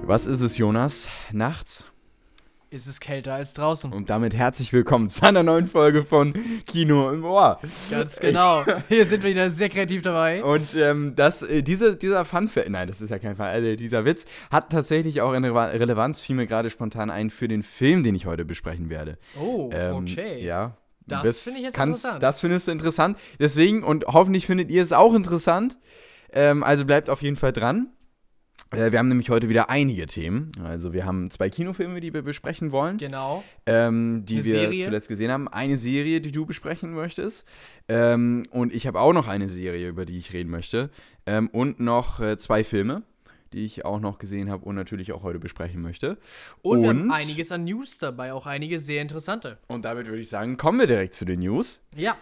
Was ist es, Jonas? Nachts? Ist es kälter als draußen. Und damit herzlich willkommen zu einer neuen Folge von Kino im Ohr. Ganz genau. Hier sind wir wieder sehr kreativ dabei. Und dieser Fun-Fact, nein, das ist ja kein Fall, also dieser Witz hat tatsächlich auch eine Relevanz, fiel mir gerade spontan ein, für den Film, den ich heute besprechen werde. Oh, okay. Ja. Das finde ich jetzt interessant. Das findest du interessant. Deswegen, und hoffentlich findet ihr es auch interessant, also bleibt auf jeden Fall dran. Wir haben nämlich heute wieder einige Themen. Also wir haben 2 Kinofilme, die wir besprechen wollen. Genau. Die wir zuletzt gesehen haben. Eine Serie, die du besprechen möchtest. Und ich habe auch noch eine Serie, über die ich reden möchte. Und noch 2 Filme, die ich auch noch gesehen habe und natürlich auch heute besprechen möchte. Und wir haben einiges an News dabei, auch einige sehr interessante. Und damit würde ich sagen, kommen wir direkt zu den News. Ja.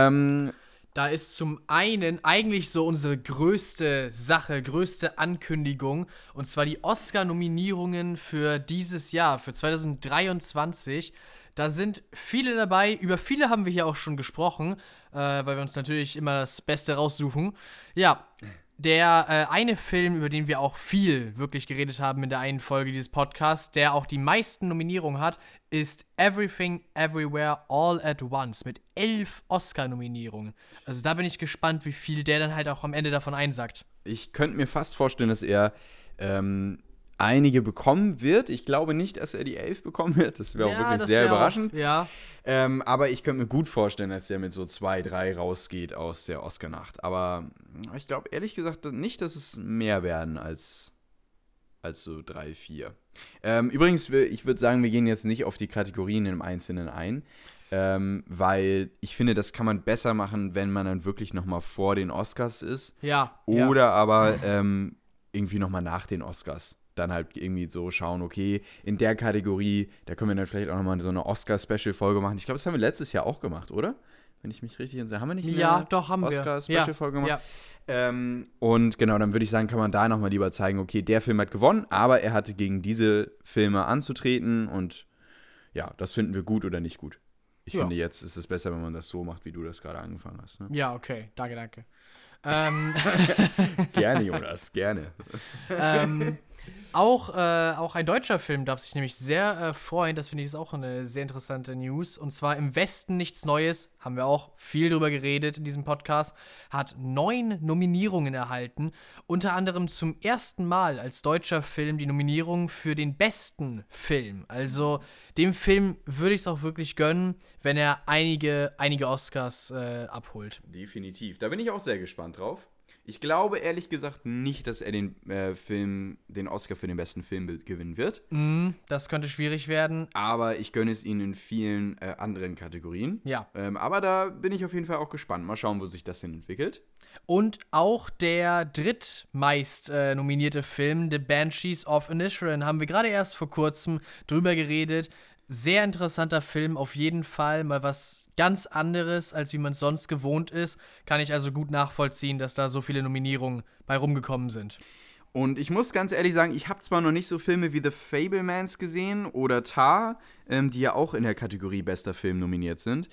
Da ist zum einen eigentlich so unsere größte Sache, größte Ankündigung, und zwar die Oscar-Nominierungen für dieses Jahr, für 2023. Da sind viele dabei, über viele haben wir hier auch schon gesprochen, weil wir uns natürlich immer das Beste raussuchen. Ja, der eine Film, über den wir auch viel wirklich geredet haben in der einen Folge dieses Podcasts, der auch die meisten Nominierungen hat, ist Everything, Everywhere, All at Once mit 11 Oscar-Nominierungen. Also da bin ich gespannt, wie viel der dann halt auch am Ende davon einsackt. Ich könnte mir fast vorstellen, dass er einige bekommen wird. Ich glaube nicht, dass er die 11 bekommen wird. Das wäre auch wirklich sehr überraschend. Ja. Aber ich könnte mir gut vorstellen, dass er mit so 2, 3 rausgeht aus der Oscar-Nacht. Aber ich glaube ehrlich gesagt nicht, dass es mehr werden als so 3, 4. Übrigens, ich würde sagen, wir gehen jetzt nicht auf die Kategorien im Einzelnen ein. Weil ich finde, das kann man besser machen, wenn man dann wirklich nochmal vor den Oscars ist. Ja. Oder aber irgendwie nochmal nach den Oscars. Dann halt irgendwie so schauen, okay, in der Kategorie, da können wir dann vielleicht auch nochmal so eine Oscar-Special-Folge machen. Ich glaube, das haben wir letztes Jahr auch gemacht, oder? Wenn ich mich richtig entsinne. Haben wir nicht eine Oscar-Special-Folge gemacht? Ja. Und genau, dann würde ich sagen, kann man da nochmal lieber zeigen, okay, der Film hat gewonnen, aber er hatte gegen diese Filme anzutreten und ja, das finden wir gut oder nicht gut. Ich finde, jetzt ist es besser, wenn man das so macht, wie du das gerade angefangen hast. Ne? Ja, okay. Danke. Gerne, Jonas, gerne. Auch ein deutscher Film darf sich nämlich sehr freuen. Das finde ich ist auch eine sehr interessante News. Und zwar Im Westen nichts Neues. Haben wir auch viel drüber geredet in diesem Podcast. Hat 9 Nominierungen erhalten. Unter anderem zum ersten Mal als deutscher Film die Nominierung für den besten Film. Also dem Film würde ich es auch wirklich gönnen, wenn er einige Oscars abholt. Definitiv. Da bin ich auch sehr gespannt drauf. Ich glaube ehrlich gesagt nicht, dass er den Oscar für den besten Film gewinnen wird. Das könnte schwierig werden. Aber ich gönne es ihm in vielen anderen Kategorien. Ja. Aber da bin ich auf jeden Fall auch gespannt. Mal schauen, wo sich das hin entwickelt. Und auch der drittmeist nominierte Film, The Banshees of Inisherin, haben wir gerade erst vor kurzem drüber geredet. Sehr interessanter Film, auf jeden Fall. Mal was ganz anderes, als wie man es sonst gewohnt ist. Kann ich also gut nachvollziehen, dass da so viele Nominierungen bei rumgekommen sind. Und ich muss ganz ehrlich sagen, ich habe zwar noch nicht so Filme wie The Fabelmans gesehen oder Tar, die ja auch in der Kategorie bester Film nominiert sind.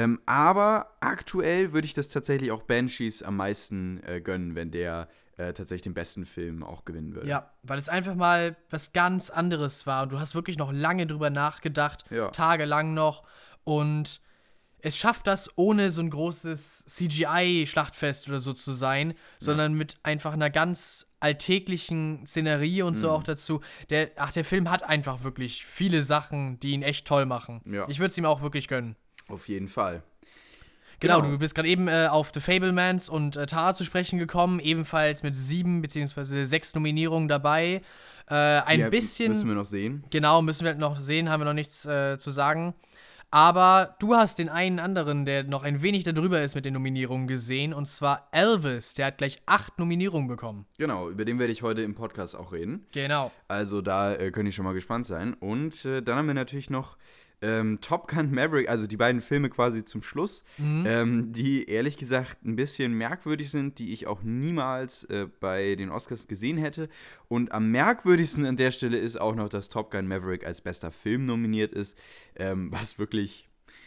Aber aktuell würde ich das tatsächlich auch Banshees am meisten gönnen, wenn der tatsächlich den besten Film auch gewinnen würde. Ja, weil es einfach mal was ganz anderes war. Und du hast wirklich noch lange drüber nachgedacht, tagelang noch. Und es schafft das, ohne so ein großes CGI-Schlachtfest oder so zu sein, sondern mit einfach einer ganz alltäglichen Szenerie und so auch dazu. Der Film hat einfach wirklich viele Sachen, die ihn echt toll machen. Ja. Ich würde es ihm auch wirklich gönnen. Auf jeden Fall. Genau, du bist gerade eben auf The Fabelmans und Tar zu sprechen gekommen, ebenfalls mit 7 bzw. 6 Nominierungen dabei. Bisschen müssen wir noch sehen. Genau, müssen wir halt noch sehen, haben wir noch nichts zu sagen. Aber du hast den einen anderen, der noch ein wenig darüber ist mit den Nominierungen gesehen, und zwar Elvis. Der hat gleich 8 Nominierungen bekommen. Genau, über den werde ich heute im Podcast auch reden. Genau. Also da könnt ihr schon mal gespannt sein. Und dann haben wir natürlich noch Top Gun Maverick, also die beiden Filme quasi zum Schluss, die ehrlich gesagt ein bisschen merkwürdig sind, die ich auch niemals bei den Oscars gesehen hätte. Und am merkwürdigsten an der Stelle ist auch noch, dass Top Gun Maverick als bester Film nominiert ist, was wirklich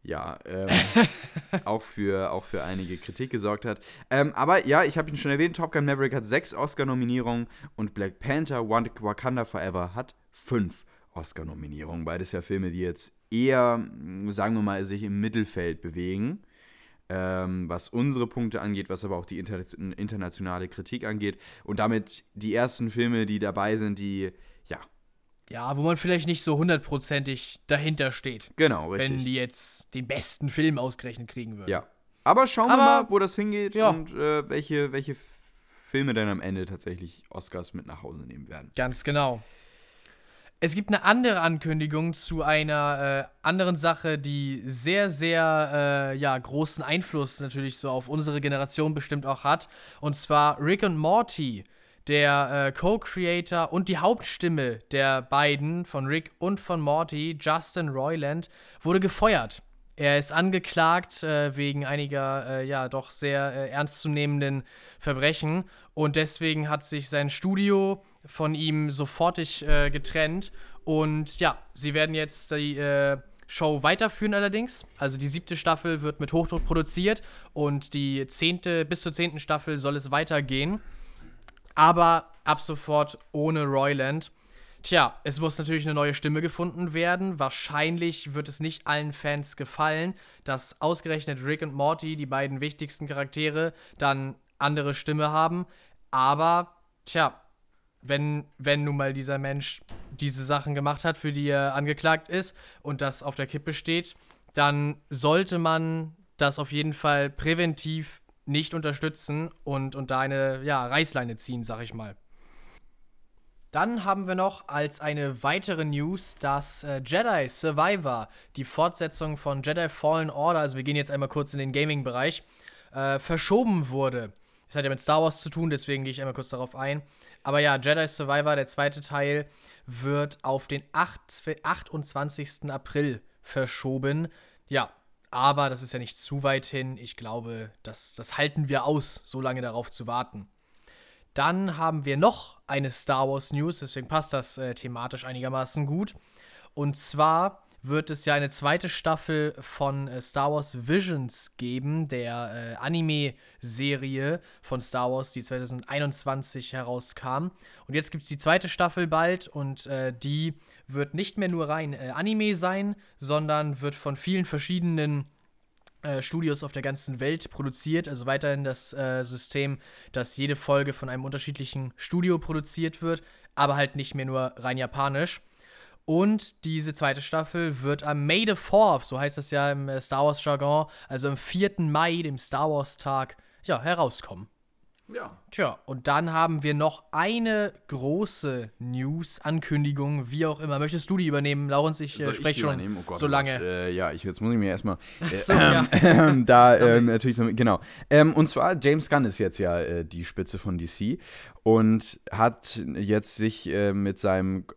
ja, auch für einige Kritik gesorgt hat. Aber ja, ich habe ihn schon erwähnt, Top Gun Maverick hat 6 Oscar-Nominierungen und Black Panther Wakanda Forever hat 5 Oscar-Nominierungen. Beides ja Filme, die jetzt eher, sagen wir mal, sich im Mittelfeld bewegen, was unsere Punkte angeht, was aber auch die internationale Kritik angeht. Und damit die ersten Filme, die dabei sind, die, ja. Ja, wo man vielleicht nicht so hundertprozentig dahinter steht. Genau, richtig. Wenn die jetzt den besten Film ausgerechnet kriegen würden. Ja. Aber schauen wir mal, wo das hingeht und welche Filme dann am Ende tatsächlich Oscars mit nach Hause nehmen werden. Ganz genau. Es gibt eine andere Ankündigung zu einer anderen Sache, die sehr, sehr großen Einfluss natürlich so auf unsere Generation bestimmt auch hat. Und zwar Rick und Morty, der Co-Creator und die Hauptstimme der beiden, von Rick und von Morty, Justin Roiland, wurde gefeuert. Er ist angeklagt wegen einiger doch sehr ernstzunehmenden Verbrechen und deswegen hat sich sein Studio von ihm sofortig getrennt und ja, sie werden jetzt die Show weiterführen allerdings. Also die 7. Staffel wird mit Hochdruck produziert und die 10. bis zur 10. Staffel soll es weitergehen, aber ab sofort ohne Roiland. Tja, es muss natürlich eine neue Stimme gefunden werden. Wahrscheinlich wird es nicht allen Fans gefallen, dass ausgerechnet Rick und Morty, die beiden wichtigsten Charaktere, dann andere Stimme haben. Aber, tja, wenn nun mal dieser Mensch diese Sachen gemacht hat, für die er angeklagt ist und das auf der Kippe steht, dann sollte man das auf jeden Fall präventiv nicht unterstützen und da eine Reißleine ziehen, sag ich mal. Dann haben wir noch als eine weitere News, dass Jedi Survivor, die Fortsetzung von Jedi Fallen Order, also wir gehen jetzt einmal kurz in den Gaming-Bereich, verschoben wurde. Das hat ja mit Star Wars zu tun, deswegen gehe ich einmal kurz darauf ein. Aber ja, Jedi Survivor, der zweite Teil, wird auf den 28. April verschoben. Ja, aber das ist ja nicht zu weit hin. Ich glaube, das halten wir aus, so lange darauf zu warten. Dann haben wir noch eine Star Wars News, deswegen passt das thematisch einigermaßen gut. Und zwar wird es ja eine zweite Staffel von Star Wars Visions geben, der Anime-Serie von Star Wars, die 2021 herauskam. Und jetzt gibt es die zweite Staffel bald und die wird nicht mehr nur rein Anime sein, sondern wird von vielen verschiedenen Studios auf der ganzen Welt produziert, also weiterhin das System, dass jede Folge von einem unterschiedlichen Studio produziert wird, aber halt nicht mehr nur rein japanisch. Und diese zweite Staffel wird am May the 4th, so heißt das ja im Star Wars Jargon, also am 4. Mai, dem Star Wars Tag, herauskommen. Ja. Tja, und dann haben wir noch eine große News-Ankündigung, wie auch immer. Möchtest du die übernehmen, Laurens? Ich spreche schon so lange. Jetzt muss ich mir erstmal Sorry. natürlich so, genau. Und zwar, James Gunn ist jetzt ja die Spitze von DC und hat jetzt sich mit seinem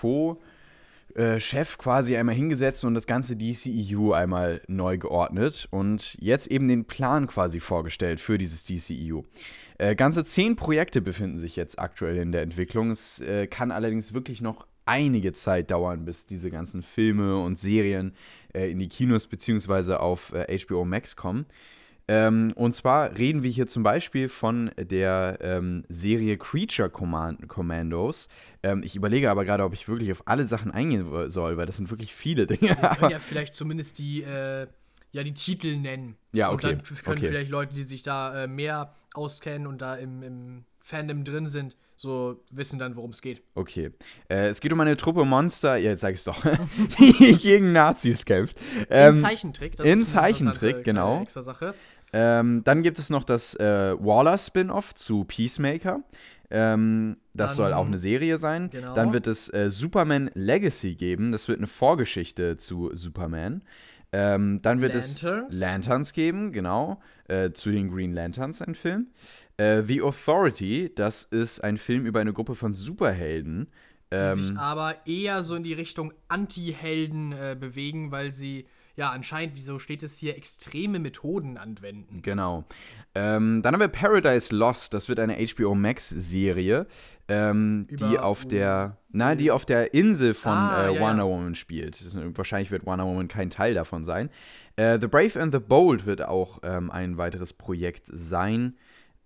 Chef quasi einmal hingesetzt und das ganze DCEU einmal neu geordnet und jetzt eben den Plan quasi vorgestellt für dieses DCEU. Ganze 10 Projekte befinden sich jetzt aktuell in der Entwicklung. Es kann allerdings wirklich noch einige Zeit dauern, bis diese ganzen Filme und Serien in die Kinos bzw. auf HBO Max kommen. Und zwar reden wir hier zum Beispiel von der Serie Creature Commandos. Ich überlege aber gerade, ob ich wirklich auf alle Sachen eingehen soll, weil das sind wirklich viele Dinge. Wir können ja vielleicht zumindest die Titel nennen. Ja, okay. Und dann können vielleicht Leute, die sich da mehr auskennen und da im Fandom drin sind, so wissen dann, worum es geht. Okay. Es geht um eine Truppe Monster, ja, jetzt sag ich's doch, die gegen Nazis kämpft. In Zeichentrick. Das ist Zeichentrick, genau. Extra Sache. Dann gibt es noch das Waller-Spin-Off zu Peacemaker. Das soll auch eine Serie sein. Genau. Dann wird es Superman Legacy geben. Das wird eine Vorgeschichte zu Superman. Dann wird es Lanterns geben, genau. Zu den Green Lanterns ein Film. The Authority, das ist ein Film über eine Gruppe von Superhelden. Die sich aber eher so in die Richtung Anti-Helden bewegen, weil sie ja, anscheinend, wieso steht es hier, extreme Methoden anwenden. Genau. Dann haben wir Paradise Lost. Das wird eine HBO Max-Serie, die auf der Insel von Wonder Woman spielt. Wahrscheinlich wird Wonder Woman kein Teil davon sein. The Brave and the Bold wird auch ein weiteres Projekt sein.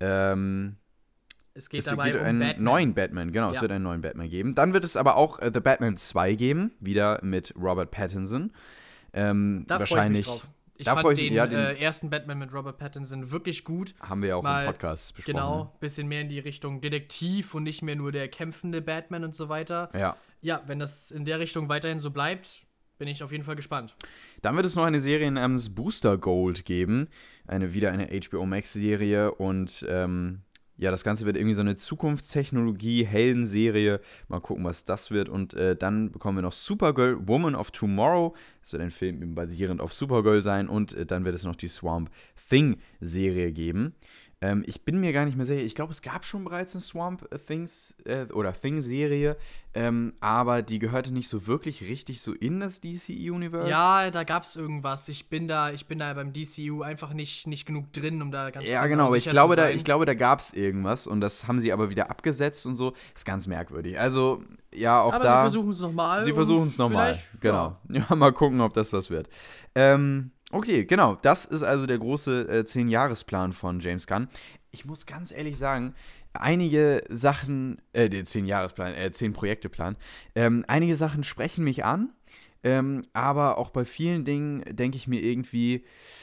Es geht dabei um einen neuen Batman, genau, es wird einen neuen Batman geben. Dann wird es aber auch The Batman 2 geben, wieder mit Robert Pattinson. Da freue ich mich drauf. Ich fand den ersten Batman mit Robert Pattinson wirklich gut. Haben wir ja auch im Podcast besprochen. Genau, bisschen mehr in die Richtung Detektiv und nicht mehr nur der kämpfende Batman und so weiter. Ja. Ja, wenn das in der Richtung weiterhin so bleibt, bin ich auf jeden Fall gespannt. Dann wird es noch eine Serie namens Booster Gold geben. Wieder eine HBO Max-Serie und das Ganze wird irgendwie so eine Zukunftstechnologie-Heldenserie. Mal gucken, was das wird. Und dann bekommen wir noch Supergirl, Woman of Tomorrow. Das wird ein Film basierend auf Supergirl sein. Und dann wird es noch die Swamp Thing-Serie geben. Ich bin mir gar nicht mehr sicher. Ich glaube, es gab schon bereits eine Swamp Thing-Serie. Aber die gehörte nicht so wirklich richtig so in das DC-Universe. Ja, da gab es irgendwas. Ich bin da beim DCU einfach nicht genug drin, um da ganz sicher zu sein. Ja, genau, aber ich glaube, da gab es irgendwas und das haben sie aber wieder abgesetzt und so. Ist ganz merkwürdig. Also, ja, auch aber da. Aber sie versuchen es nochmal. Sie versuchen es nochmal, genau. Ja, mal gucken, ob das was wird. Okay, genau. Das ist also der große 10-Jahresplan von James Gunn. Ich muss ganz ehrlich sagen, einige Sachen, der 10-Projekte-Plan, einige Sachen sprechen mich an, aber auch bei vielen Dingen denke ich mir irgendwie,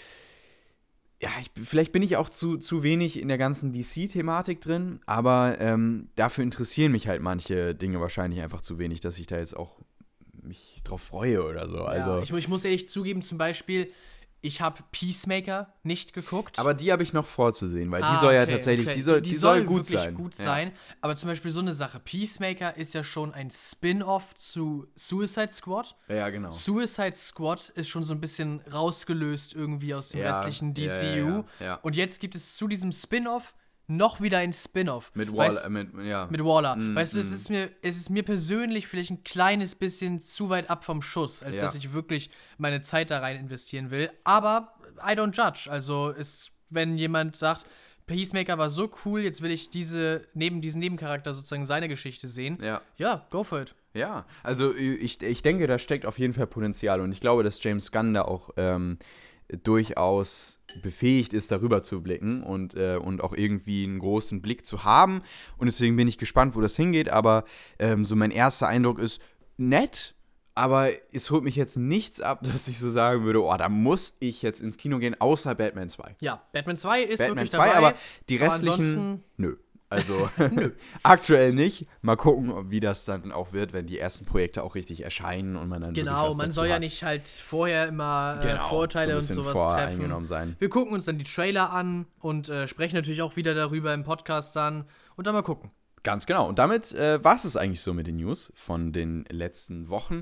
ja, vielleicht bin ich auch zu wenig in der ganzen DC-Thematik drin, aber dafür interessieren mich halt manche Dinge wahrscheinlich einfach zu wenig, dass ich da jetzt auch mich drauf freue oder so. Also, ja, ich muss ehrlich zugeben, zum Beispiel, ich habe Peacemaker nicht geguckt. Aber die habe ich noch vorzusehen, weil die soll ja tatsächlich, die soll gut wirklich sein. Gut sein. Aber zum Beispiel so eine Sache, Peacemaker ist ja schon ein Spin-off zu Suicide Squad. Ja, genau. Suicide Squad ist schon so ein bisschen rausgelöst irgendwie aus dem restlichen DCU. Ja. Und jetzt gibt es zu diesem Spin-off noch wieder ein Spin-off. Mit Waller. Mit Waller. Weißt du, es ist mir persönlich vielleicht ein kleines bisschen zu weit ab vom Schuss, als dass ich wirklich meine Zeit da rein investieren will. Aber I don't judge. Also, wenn jemand sagt, Peacemaker war so cool, jetzt will ich diesen Nebencharakter sozusagen seine Geschichte sehen. Ja, go for it. Ja, also ich denke, da steckt auf jeden Fall Potenzial. Und ich glaube, dass James Gunn da auch durchaus befähigt ist, darüber zu blicken und auch irgendwie einen großen Blick zu haben. Und deswegen bin ich gespannt, wo das hingeht. Aber so mein erster Eindruck ist nett, aber es holt mich jetzt nichts ab, dass ich so sagen würde, da muss ich jetzt ins Kino gehen, außer Batman 2. Ja, Batman 2 ist Batman wirklich 2, dabei. Aber die restlichen, nö. Also aktuell nicht. Mal gucken, wie das dann auch wird, wenn die ersten Projekte auch richtig erscheinen und man dann genau, man soll ja nicht halt vorher immer Vorurteile so und sowas treffen. Sein. Wir gucken uns dann die Trailer an und sprechen natürlich auch wieder darüber im Podcast dann und dann mal gucken. Ganz genau. Und damit war es eigentlich so mit den News von den letzten Wochen.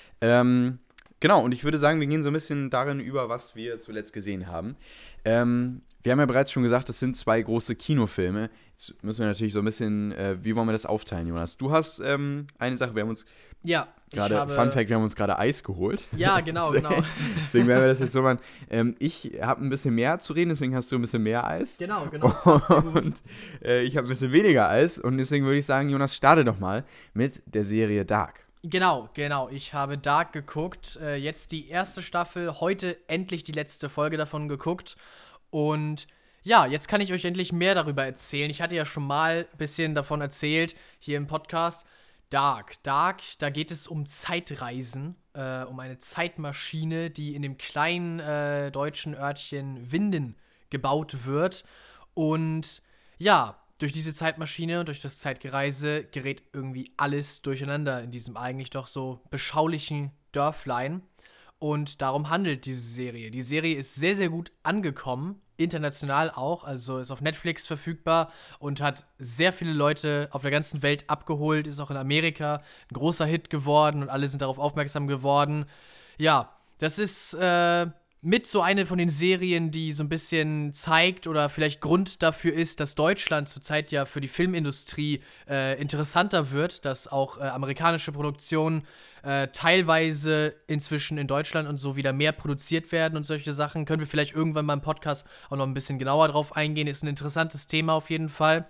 Genau, und ich würde sagen, wir gehen so ein bisschen darin über, was wir zuletzt gesehen haben. Wir haben ja bereits schon gesagt, das sind 2 große Kinofilme. Jetzt müssen wir natürlich so ein bisschen, wie wollen wir das aufteilen, Jonas? Du hast eine Sache, wir haben uns Fun Fact, wir haben uns gerade Eis geholt. Ja, genau. Deswegen werden wir das jetzt so machen. Ich habe ein bisschen mehr zu reden, deswegen hast du ein bisschen mehr Eis. Genau. Und ich habe ein bisschen weniger Eis und deswegen würde ich sagen, Jonas, starte doch mal mit der Serie Dark. Genau. Ich habe Dark geguckt. Jetzt die erste Staffel, heute endlich die letzte Folge davon geguckt. Und ja, jetzt kann ich euch endlich mehr darüber erzählen. Ich hatte ja schon mal ein bisschen davon erzählt, hier im Podcast. Dark, da geht es um Zeitreisen, um eine Zeitmaschine, die in dem kleinen deutschen Örtchen Winden gebaut wird. Und ja, durch diese Zeitmaschine und durch das Zeitgereise gerät irgendwie alles durcheinander in diesem eigentlich doch so beschaulichen Dörflein. Und darum handelt diese Serie. Die Serie ist sehr, sehr gut angekommen, international auch, also ist auf Netflix verfügbar und hat sehr viele Leute auf der ganzen Welt abgeholt, ist auch in Amerika ein großer Hit geworden und alle sind darauf aufmerksam geworden. Ja, das ist mit so eine von den Serien, die so ein bisschen zeigt oder vielleicht Grund dafür ist, dass Deutschland zurzeit ja für die Filmindustrie interessanter wird, dass auch amerikanische Produktionen teilweise inzwischen in Deutschland und so wieder mehr produziert werden und solche Sachen. Können wir vielleicht irgendwann mal im Podcast auch noch ein bisschen genauer drauf eingehen. Ist ein interessantes Thema auf jeden Fall.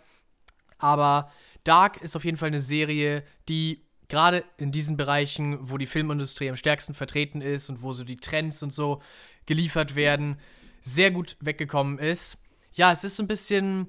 Aber Dark ist auf jeden Fall eine Serie, die gerade in diesen Bereichen, wo die Filmindustrie am stärksten vertreten ist und wo so die Trends und so geliefert werden, sehr gut weggekommen ist. Ja, es ist ein bisschen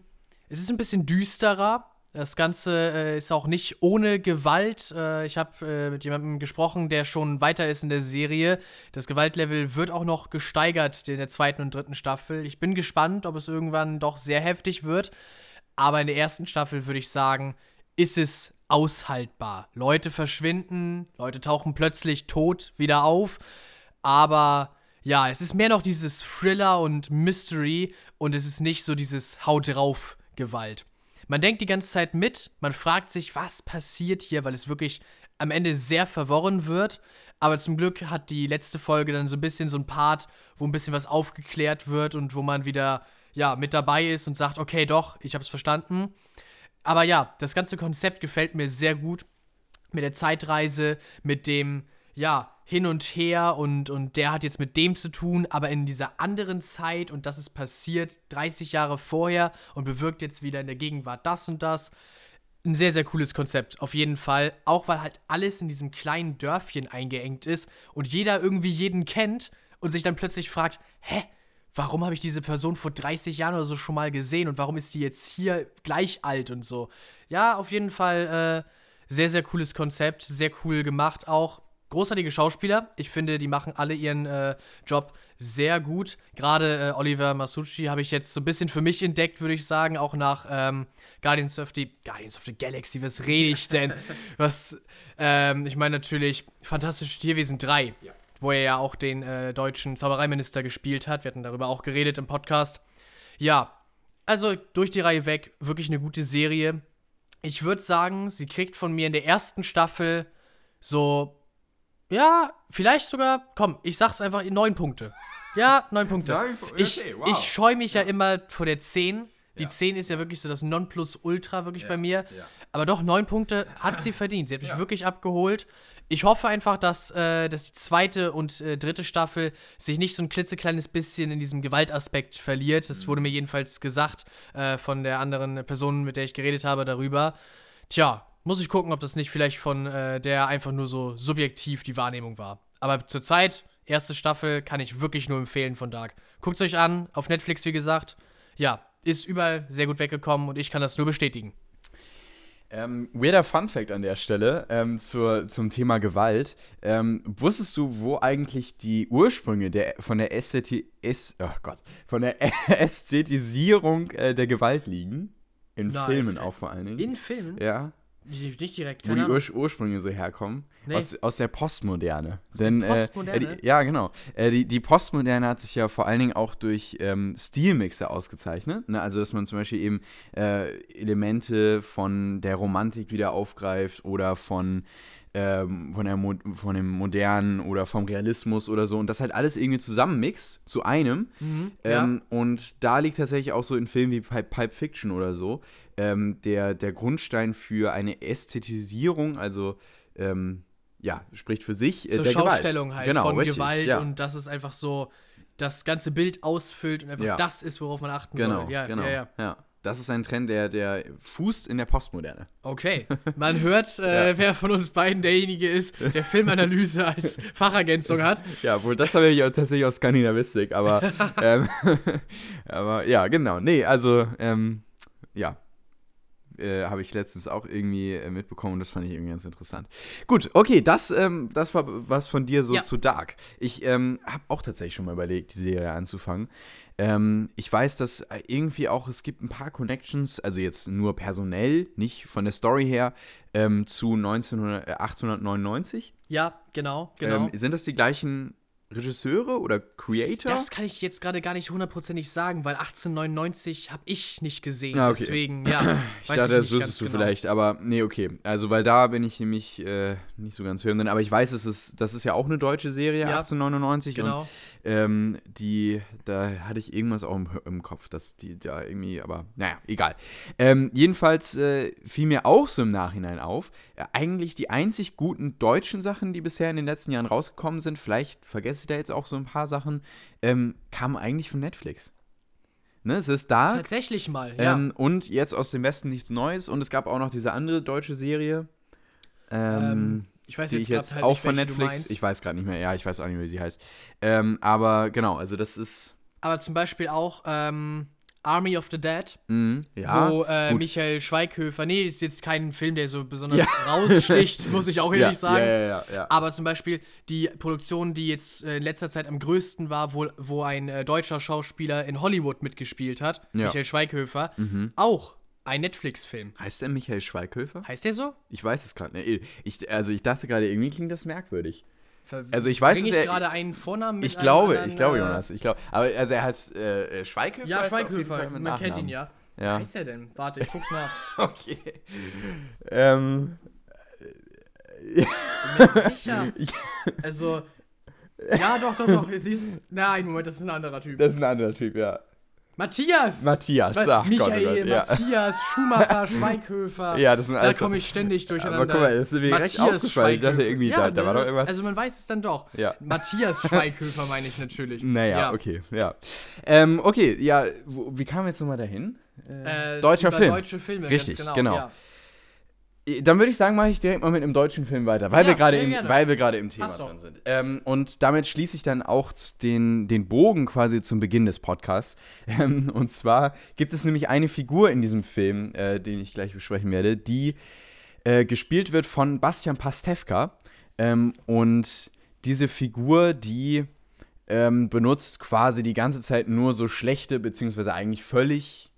düsterer. Das Ganze ist auch nicht ohne Gewalt. Ich habe mit jemandem gesprochen, der schon weiter ist in der Serie. Das Gewaltlevel wird auch noch gesteigert in der 2. und 3. Staffel. Ich bin gespannt, ob es irgendwann doch sehr heftig wird. Aber in der 1. Staffel würde ich sagen, ist es aushaltbar. Leute verschwinden, Leute tauchen plötzlich tot wieder auf. Aber ja, es ist mehr noch dieses Thriller und Mystery und es ist nicht so dieses Hau drauf Gewalt. Man denkt die ganze Zeit mit, man fragt sich, was passiert hier, weil es wirklich am Ende sehr verworren wird. Aber zum Glück hat die letzte Folge dann so ein bisschen so ein Part, wo ein bisschen was aufgeklärt wird und wo man wieder mit dabei ist und sagt, okay, doch, ich hab's verstanden. Aber ja, das ganze Konzept gefällt mir sehr gut. Mit der Zeitreise, mit dem, hin und her und der hat jetzt mit dem zu tun, aber in dieser anderen Zeit und das ist passiert 30 Jahre vorher und bewirkt jetzt wieder in der Gegenwart das und das. Ein sehr, sehr cooles Konzept, auf jeden Fall. Auch weil halt alles in diesem kleinen Dörfchen eingeengt ist und jeder irgendwie jeden kennt und sich dann plötzlich fragt, warum habe ich diese Person vor 30 Jahren oder so schon mal gesehen und warum ist die jetzt hier gleich alt und so. Ja, auf jeden Fall sehr, sehr cooles Konzept, sehr cool gemacht auch. Großartige Schauspieler. Ich finde, die machen alle ihren Job sehr gut. Gerade Oliver Masucci habe ich jetzt so ein bisschen für mich entdeckt, würde ich sagen. Auch nach Guardians of the Galaxy. Was rede ich denn? Ich meine natürlich Fantastische Tierwesen 3. Ja. Wo er ja auch den deutschen Zaubereiminister gespielt hat. Wir hatten darüber auch geredet im Podcast. Ja, also durch die Reihe weg. Wirklich eine gute Serie. Ich würde sagen, sie kriegt von mir in der 1. Staffel so... Ja, vielleicht sogar, ich sag's einfach, 9 Punkte. Ja, 9 Punkte. Okay, wow. Ich scheue mich ja immer vor der 10. Die 10 ist ja wirklich so das Nonplusultra wirklich bei mir. Ja. Aber doch, 9 Punkte hat sie verdient. Sie hat mich wirklich abgeholt. Ich hoffe einfach, dass die 2. und 3. Staffel sich nicht so ein klitzekleines bisschen in diesem Gewaltaspekt verliert. Das wurde mir jedenfalls gesagt von der anderen Person, mit der ich geredet habe, darüber. Tja, muss ich gucken, ob das nicht vielleicht von der einfach nur so subjektiv die Wahrnehmung war. Aber zurzeit, 1. Staffel, kann ich wirklich nur empfehlen von Dark. Guckt es euch an, auf Netflix, wie gesagt. Ja, ist überall sehr gut weggekommen und ich kann das nur bestätigen. Weirder Funfact an der Stelle zum Thema Gewalt. Wusstest du, wo eigentlich die Ursprünge von der Ästhetisierung der Gewalt liegen? In Filmen auch vor allen Dingen. In Filmen? Ja. Nicht direkt, keine Ahnung. Wo die Ursprünge so herkommen. Nee. Aus der Postmoderne. Der Postmoderne? Ja, genau. Die Postmoderne hat sich ja vor allen Dingen auch durch Stilmixer ausgezeichnet. Ne? Also, dass man zum Beispiel eben Elemente von der Romantik wieder aufgreift oder von dem Modernen oder vom Realismus oder so und das halt alles irgendwie zusammenmixt zu einem. Und da liegt tatsächlich auch so in Filmen wie Pulp Fiction oder so der Grundstein für eine Ästhetisierung, also spricht für sich zur der Schaustellung Gewalt. Halt genau, von richtig, Gewalt und dass es einfach so das ganze Bild ausfüllt und einfach das ist, worauf man achten soll. Ja. Das ist ein Trend, der fußt in der Postmoderne. Okay, man hört, wer von uns beiden derjenige ist, der Filmanalyse als Fachergänzung hat. Ja, wohl, das habe ich auch tatsächlich aus Skandinavistik, aber aber ja, genau. Nee, also, habe ich letztens auch irgendwie mitbekommen und das fand ich irgendwie ganz interessant. Gut, okay, das war was von dir so zu Dark. Ich habe auch tatsächlich schon mal überlegt, die Serie anzufangen. Ich weiß, dass irgendwie auch, es gibt ein paar Connections, also jetzt nur personell, nicht von der Story her, zu 1899. Ja, genau. Sind das die gleichen Regisseure oder Creator? Das kann ich jetzt gerade gar nicht hundertprozentig sagen, weil 1899 habe ich nicht gesehen. Ah, okay. Deswegen, ja. Ich dachte, das wüsstest du vielleicht, aber nee, okay. Also, weil da bin ich nämlich nicht so ganz firm drin. Aber ich weiß, das ist ja auch eine deutsche Serie, 1899. Genau. Und da hatte ich irgendwas auch im Kopf, dass die da irgendwie, aber naja, egal. Jedenfalls fiel mir auch so im Nachhinein auf, eigentlich die einzig guten deutschen Sachen, die bisher in den letzten Jahren rausgekommen sind, vielleicht vergesse ich da jetzt auch so ein paar Sachen, kamen eigentlich von Netflix. Ne, es ist Dark. Tatsächlich mal, ja. Und jetzt aus dem Westen nichts Neues. Und es gab auch noch diese andere deutsche Serie. Ich weiß die jetzt ich jetzt halt auch nicht, von welche du Netflix. meinst. Ich weiß gerade nicht mehr. Ja, ich weiß auch nicht mehr, wie sie heißt. Aber genau, also das ist. Aber zum Beispiel auch Army of the Dead, Ja, wo gut. Michael Schweighöfer, nee, ist jetzt kein Film, der so besonders raussticht, muss ich auch ehrlich sagen. Ja. Aber zum Beispiel die Produktion, die jetzt in letzter Zeit am größten war, wo ein deutscher Schauspieler in Hollywood mitgespielt hat, Ja. Michael Schweighöfer, auch ein Netflix-Film. Heißt der Michael Schweighöfer? Heißt der so? Ich weiß es gerade nicht. Ich dachte gerade, irgendwie klingt das merkwürdig. Also ich weiß, Bring dass ich er. gerade einen Vornamen mit Ich glaube, einem anderen, Jonas. Ich glaube. Aber also er heißt Schweighöfer. Ja, ist auf jeden Fall Schweighöfer, mit man kennt Nachnamen. ihn ja. Ja. Wie heißt der denn? Warte, ich guck's nach. Okay. Bin mir sicher. Also, ja, doch. Siehst, nein, Moment, das ist ein anderer Typ. Das ist ein anderer Typ, ja. Matthias! Ach Michael, Gott, ja. Matthias, Schumacher, Schweighöfer. Ja, das sind Da alles. komme ich ständig durcheinander. Aber guck mal, das ist mir direkt aufgefallen. Ich dachte irgendwie, Ja, da war doch irgendwas. Also man weiß es dann doch. Ja. Matthias Schweighöfer meine ich natürlich. Naja, Ja. okay, ja. Okay, ja, wie kamen wir jetzt nochmal dahin? Deutscher über Film. Deutsche Filme, Richtig, ganz genau. Ja. Dann würde ich sagen, mache ich direkt mal mit einem deutschen Film weiter, weil Ja, wir sehr gerade im Thema Passt doch. drin sind. Und damit schließe ich dann auch den Bogen quasi zum Beginn des Podcasts. Und zwar gibt es nämlich eine Figur in diesem Film, den ich gleich besprechen werde, die gespielt wird von Bastian Pastewka. Und diese Figur, die benutzt quasi die ganze Zeit nur so schlechte, beziehungsweise eigentlich völlig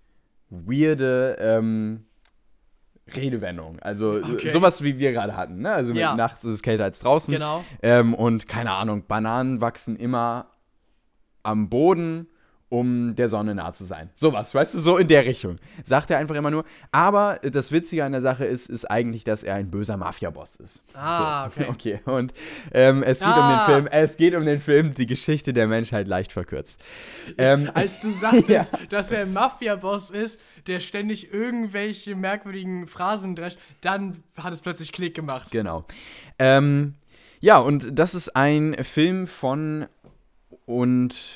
weirde Redewendung. Also sowas, wie wir gerade hatten. Ne? Also nachts ist es kälter als draußen. Genau. Und keine Ahnung, Bananen wachsen immer am Boden, um der Sonne nah zu sein. Sowas, weißt du, so in der Richtung. Sagt er einfach immer nur. Aber das Witzige an der Sache ist eigentlich, dass er ein böser Mafia-Boss ist. Ah, so. okay. Und es geht um den Film Die Geschichte der Menschheit leicht verkürzt. Als du sagtest, dass er ein Mafia-Boss ist, der ständig irgendwelche merkwürdigen Phrasen drescht, dann hat es plötzlich Klick gemacht. Genau. Ja, und das ist ein Film von und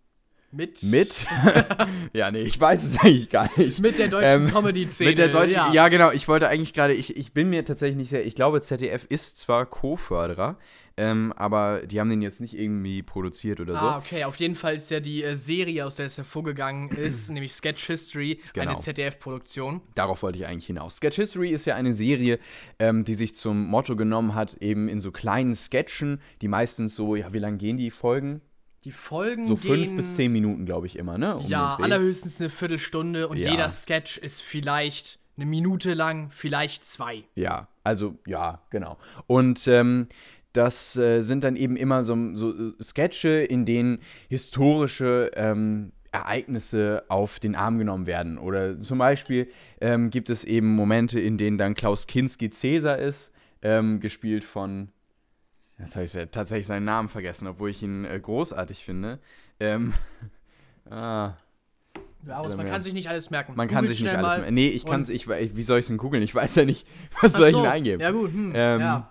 mit? Ja, nee, ich weiß es eigentlich gar nicht. Mit der deutschen Comedy-Szene. Mit der deutschen, ja, genau. Ich wollte eigentlich gerade, ich bin mir tatsächlich nicht sehr, ich glaube, ZDF ist zwar Co-Förderer, aber die haben den jetzt nicht irgendwie produziert oder so. Ah, okay. Auf jeden Fall ist ja die Serie, aus der es hervorgegangen ist, nämlich Sketch History, eine ZDF-Produktion. Darauf wollte ich eigentlich hinaus. Sketch History ist ja eine Serie, die sich zum Motto genommen hat, eben in so kleinen Sketchen, die meistens so, ja, wie lang gehen die Folgen? Die Folgen so gehen 5 bis 10 Minuten, glaube ich, immer, ne? Ja, allerhöchstens eine Viertelstunde und Ja. jeder Sketch ist vielleicht eine Minute lang, vielleicht 2. Ja, also, ja, genau. Und das sind dann eben immer so Sketche, in denen historische Ereignisse auf den Arm genommen werden. Oder zum Beispiel gibt es eben Momente, in denen dann Klaus Kinski Cäsar ist, gespielt von. Jetzt habe ich tatsächlich seinen Namen vergessen, obwohl ich ihn großartig finde. Ja, aber man kann sich nicht alles merken. Man kann sich nicht alles merken. Nee, wie soll ich es denn googeln? Ich weiß ja nicht, was Ach soll ich so, denn eingeben? Ja gut, ja.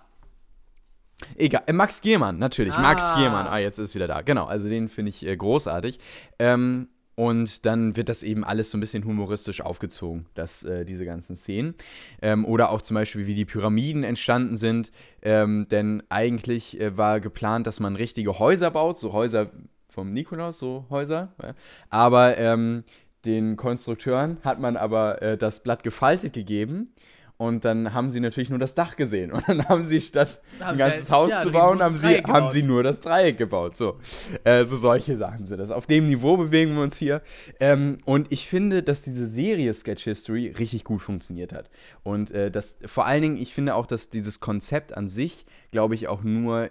Egal, Max Giermann, natürlich. Max Giermann, jetzt ist wieder da. Genau, also den finde ich großartig. Und dann wird das eben alles so ein bisschen humoristisch aufgezogen, diese ganzen Szenen. Oder auch zum Beispiel, wie die Pyramiden entstanden sind. Denn eigentlich war geplant, dass man richtige Häuser baut, so Häuser vom Nikolaus, so Häuser. Aber den Konstrukteuren hat man aber das Blatt gefaltet gegeben. Und dann haben sie natürlich nur das Dach gesehen. Und dann haben sie statt ein ganzes Haus zu bauen, haben sie nur das Dreieck gebaut. So solche Sachen sind das. Auf dem Niveau bewegen wir uns hier. Und ich finde, dass diese Serie Sketch History richtig gut funktioniert hat. Und vor allen Dingen, ich finde auch, dass dieses Konzept an sich, glaube ich, auch nur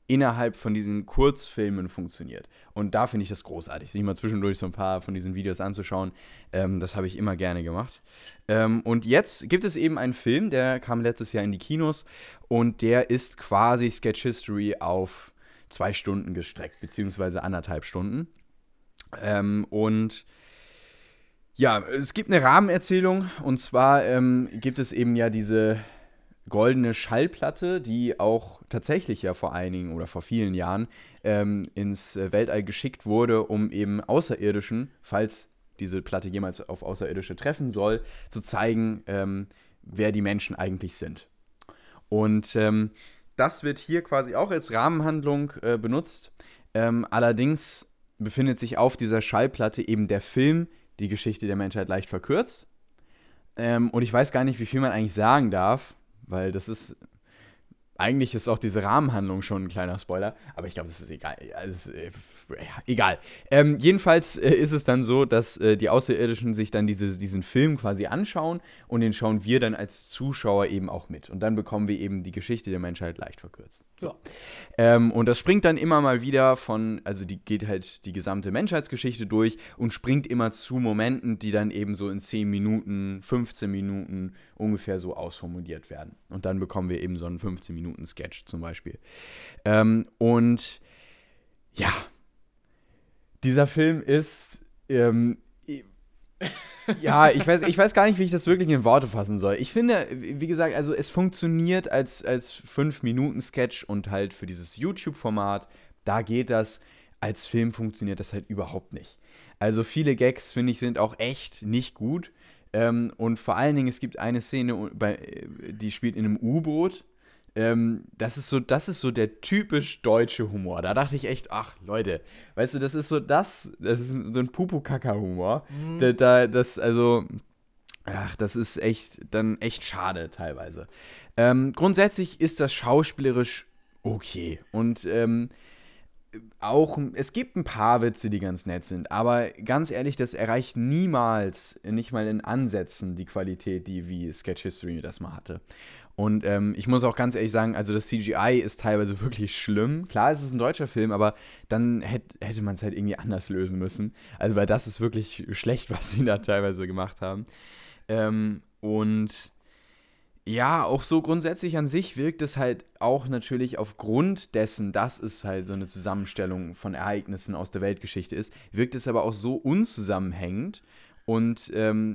innerhalb von diesen Kurzfilmen funktioniert. Und da finde ich das großartig, sich mal zwischendurch so ein paar von diesen Videos anzuschauen. Das habe ich immer gerne gemacht. Und jetzt gibt es eben einen Film, der kam letztes Jahr in die Kinos und der ist quasi Sketch History auf 2 Stunden gestreckt, beziehungsweise 1,5 Stunden. Und ja, es gibt eine Rahmenerzählung und zwar gibt es eben ja diese goldene Schallplatte, die auch tatsächlich ja vor einigen oder vor vielen Jahren ins Weltall geschickt wurde, um eben Außerirdischen, falls diese Platte jemals auf Außerirdische treffen soll, zu zeigen, wer die Menschen eigentlich sind. Und das wird hier quasi auch als Rahmenhandlung benutzt. Allerdings befindet sich auf dieser Schallplatte eben der Film Die Geschichte der Menschheit leicht verkürzt. Und ich weiß gar nicht, wie viel man eigentlich sagen darf, weil das ist, eigentlich ist auch diese Rahmenhandlung schon ein kleiner Spoiler, aber ich glaube, das ist egal. Also, egal. Jedenfalls ist es dann so, dass die Außerirdischen sich dann diesen Film quasi anschauen und den schauen wir dann als Zuschauer eben auch mit. Und dann bekommen wir eben die Geschichte der Menschheit leicht verkürzt. So. Und das springt dann immer mal wieder also die geht halt die gesamte Menschheitsgeschichte durch und springt immer zu Momenten, die dann eben so in 10 Minuten, 15 Minuten ungefähr so ausformuliert werden. Und dann bekommen wir eben so einen 15-Minuten-Sketch zum Beispiel. Und ja, dieser Film ist, ja, ich weiß gar nicht, wie ich das wirklich in Worte fassen soll. Ich finde, wie gesagt, also es funktioniert als 5-Minuten-Sketch und halt für dieses YouTube-Format, da geht das. Als Film funktioniert das halt überhaupt nicht. Also viele Gags, finde ich, sind auch echt nicht gut. Und vor allen Dingen, es gibt eine Szene, die spielt in einem U-Boot. Das ist so der typisch deutsche Humor. Da dachte ich echt, ach Leute, weißt du, das ist so ein Pupu-Kaka-Humor. Das ist echt schade teilweise. Grundsätzlich ist das schauspielerisch okay. Und auch, es gibt ein paar Witze, die ganz nett sind, aber ganz ehrlich, das erreicht niemals, nicht mal in Ansätzen, die Qualität, die wie Sketch History das mal hatte. Und ich muss auch ganz ehrlich sagen, also das CGI ist teilweise wirklich schlimm. Klar, es ist ein deutscher Film, aber dann hätte man es halt irgendwie anders lösen müssen. Also weil das ist wirklich schlecht, was sie da teilweise gemacht haben. Und ja, auch so grundsätzlich an sich wirkt es halt auch natürlich aufgrund dessen, dass es halt so eine Zusammenstellung von Ereignissen aus der Weltgeschichte ist, wirkt es aber auch so unzusammenhängend und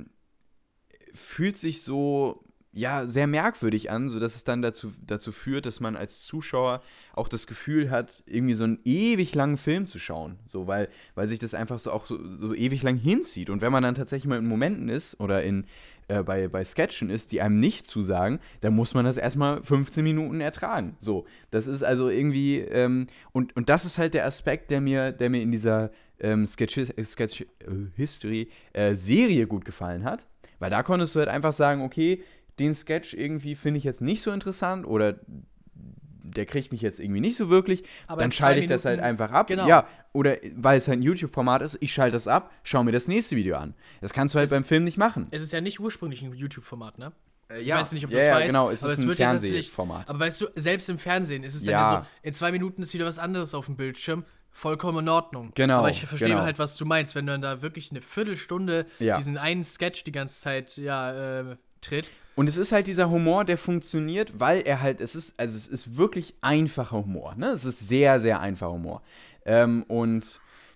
fühlt sich so, ja, sehr merkwürdig an, sodass es dann dazu führt, dass man als Zuschauer auch das Gefühl hat, irgendwie so einen ewig langen Film zu schauen. So, weil sich das einfach so ewig lang hinzieht. Und wenn man dann tatsächlich mal in Momenten ist oder bei Sketchen ist, die einem nicht zusagen, dann muss man das erstmal 15 Minuten ertragen. So, das ist also irgendwie, und das ist halt der Aspekt, der mir in dieser Sketch History Serie gut gefallen hat. Weil da konntest du halt einfach sagen, okay, den Sketch irgendwie finde ich jetzt nicht so interessant oder der kriegt mich jetzt irgendwie nicht so wirklich, aber dann schalte ich das halt einfach ab. Genau. Ja, oder weil es halt ein YouTube-Format ist, ich schalte das ab, schau mir das nächste Video an. Das kannst du halt beim Film nicht machen. Es ist ja nicht ursprünglich ein YouTube-Format, ne? Ich weiß nicht, ob du es weißt. Genau, es ist ein Fernsehformat. Aber weißt du, selbst im Fernsehen ist es dann ja so, in 2 Minuten ist wieder was anderes auf dem Bildschirm. Vollkommen in Ordnung. Genau. Aber ich verstehe halt, was du meinst, wenn du dann da wirklich eine Viertelstunde diesen einen Sketch die ganze Zeit tritt. Und es ist halt dieser Humor, der funktioniert, weil er halt, es ist wirklich einfacher Humor, ne? Es ist sehr, sehr einfacher Humor. Und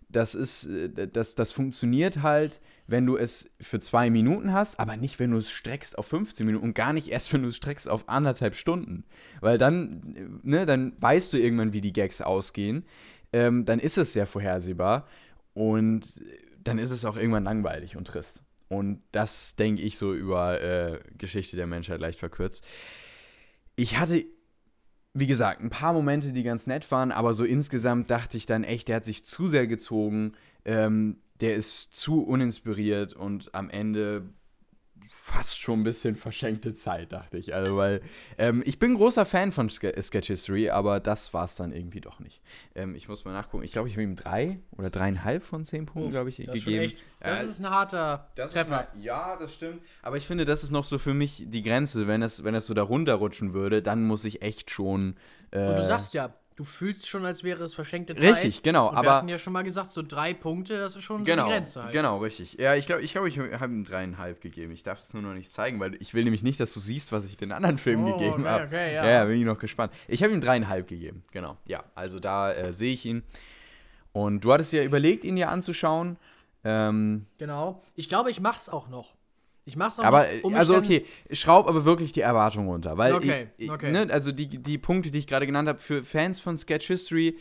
das funktioniert halt, wenn du es für 2 Minuten hast, aber nicht, wenn du es streckst auf 15 Minuten und gar nicht erst, wenn du es streckst auf 1,5 Stunden. Weil dann weißt du irgendwann, wie die Gags ausgehen. Dann ist es sehr vorhersehbar und dann ist es auch irgendwann langweilig und trist. Und das denke ich so über Geschichte der Menschheit leicht verkürzt. Ich hatte, wie gesagt, ein paar Momente, die ganz nett waren, aber so insgesamt dachte ich dann echt, der hat sich zu sehr gezogen, der ist zu uninspiriert und am Ende fast schon ein bisschen verschenkte Zeit, dachte ich. Also, weil ich bin großer Fan von Sketch History, aber das war es dann irgendwie doch nicht. Ich muss mal nachgucken. Ich glaube, ich habe ihm 3 oder 3,5 von 10 Punkten, glaube ich, gegeben. Das ist ein harter Treffer. Ja, das stimmt. Aber ich finde, das ist noch so für mich die Grenze. Wenn es so da runterrutschen würde, dann muss ich echt schon. Und du sagst ja, du fühlst schon, als wäre es verschenkte Zeit. Richtig, genau. Und aber wir hatten ja schon mal gesagt, so 3 Punkte, das ist schon so die Grenze halt. Genau, richtig. Ja, ich glaube, ich habe ihm 3,5 gegeben. Ich darf es nur noch nicht zeigen, weil ich will nämlich nicht, dass du siehst, was ich den anderen Filmen gegeben habe. Okay, ja, bin ich noch gespannt. Ich habe ihm 3,5 gegeben, genau. Ja, also da sehe ich ihn. Und du hattest ja überlegt, ihn ja anzuschauen. Genau. Ich glaube, ich mach's auch noch. Aber, okay, schraub aber wirklich die Erwartungen runter. Weil okay. Ne, also die Punkte, die ich gerade genannt habe, für Fans von Sketch History,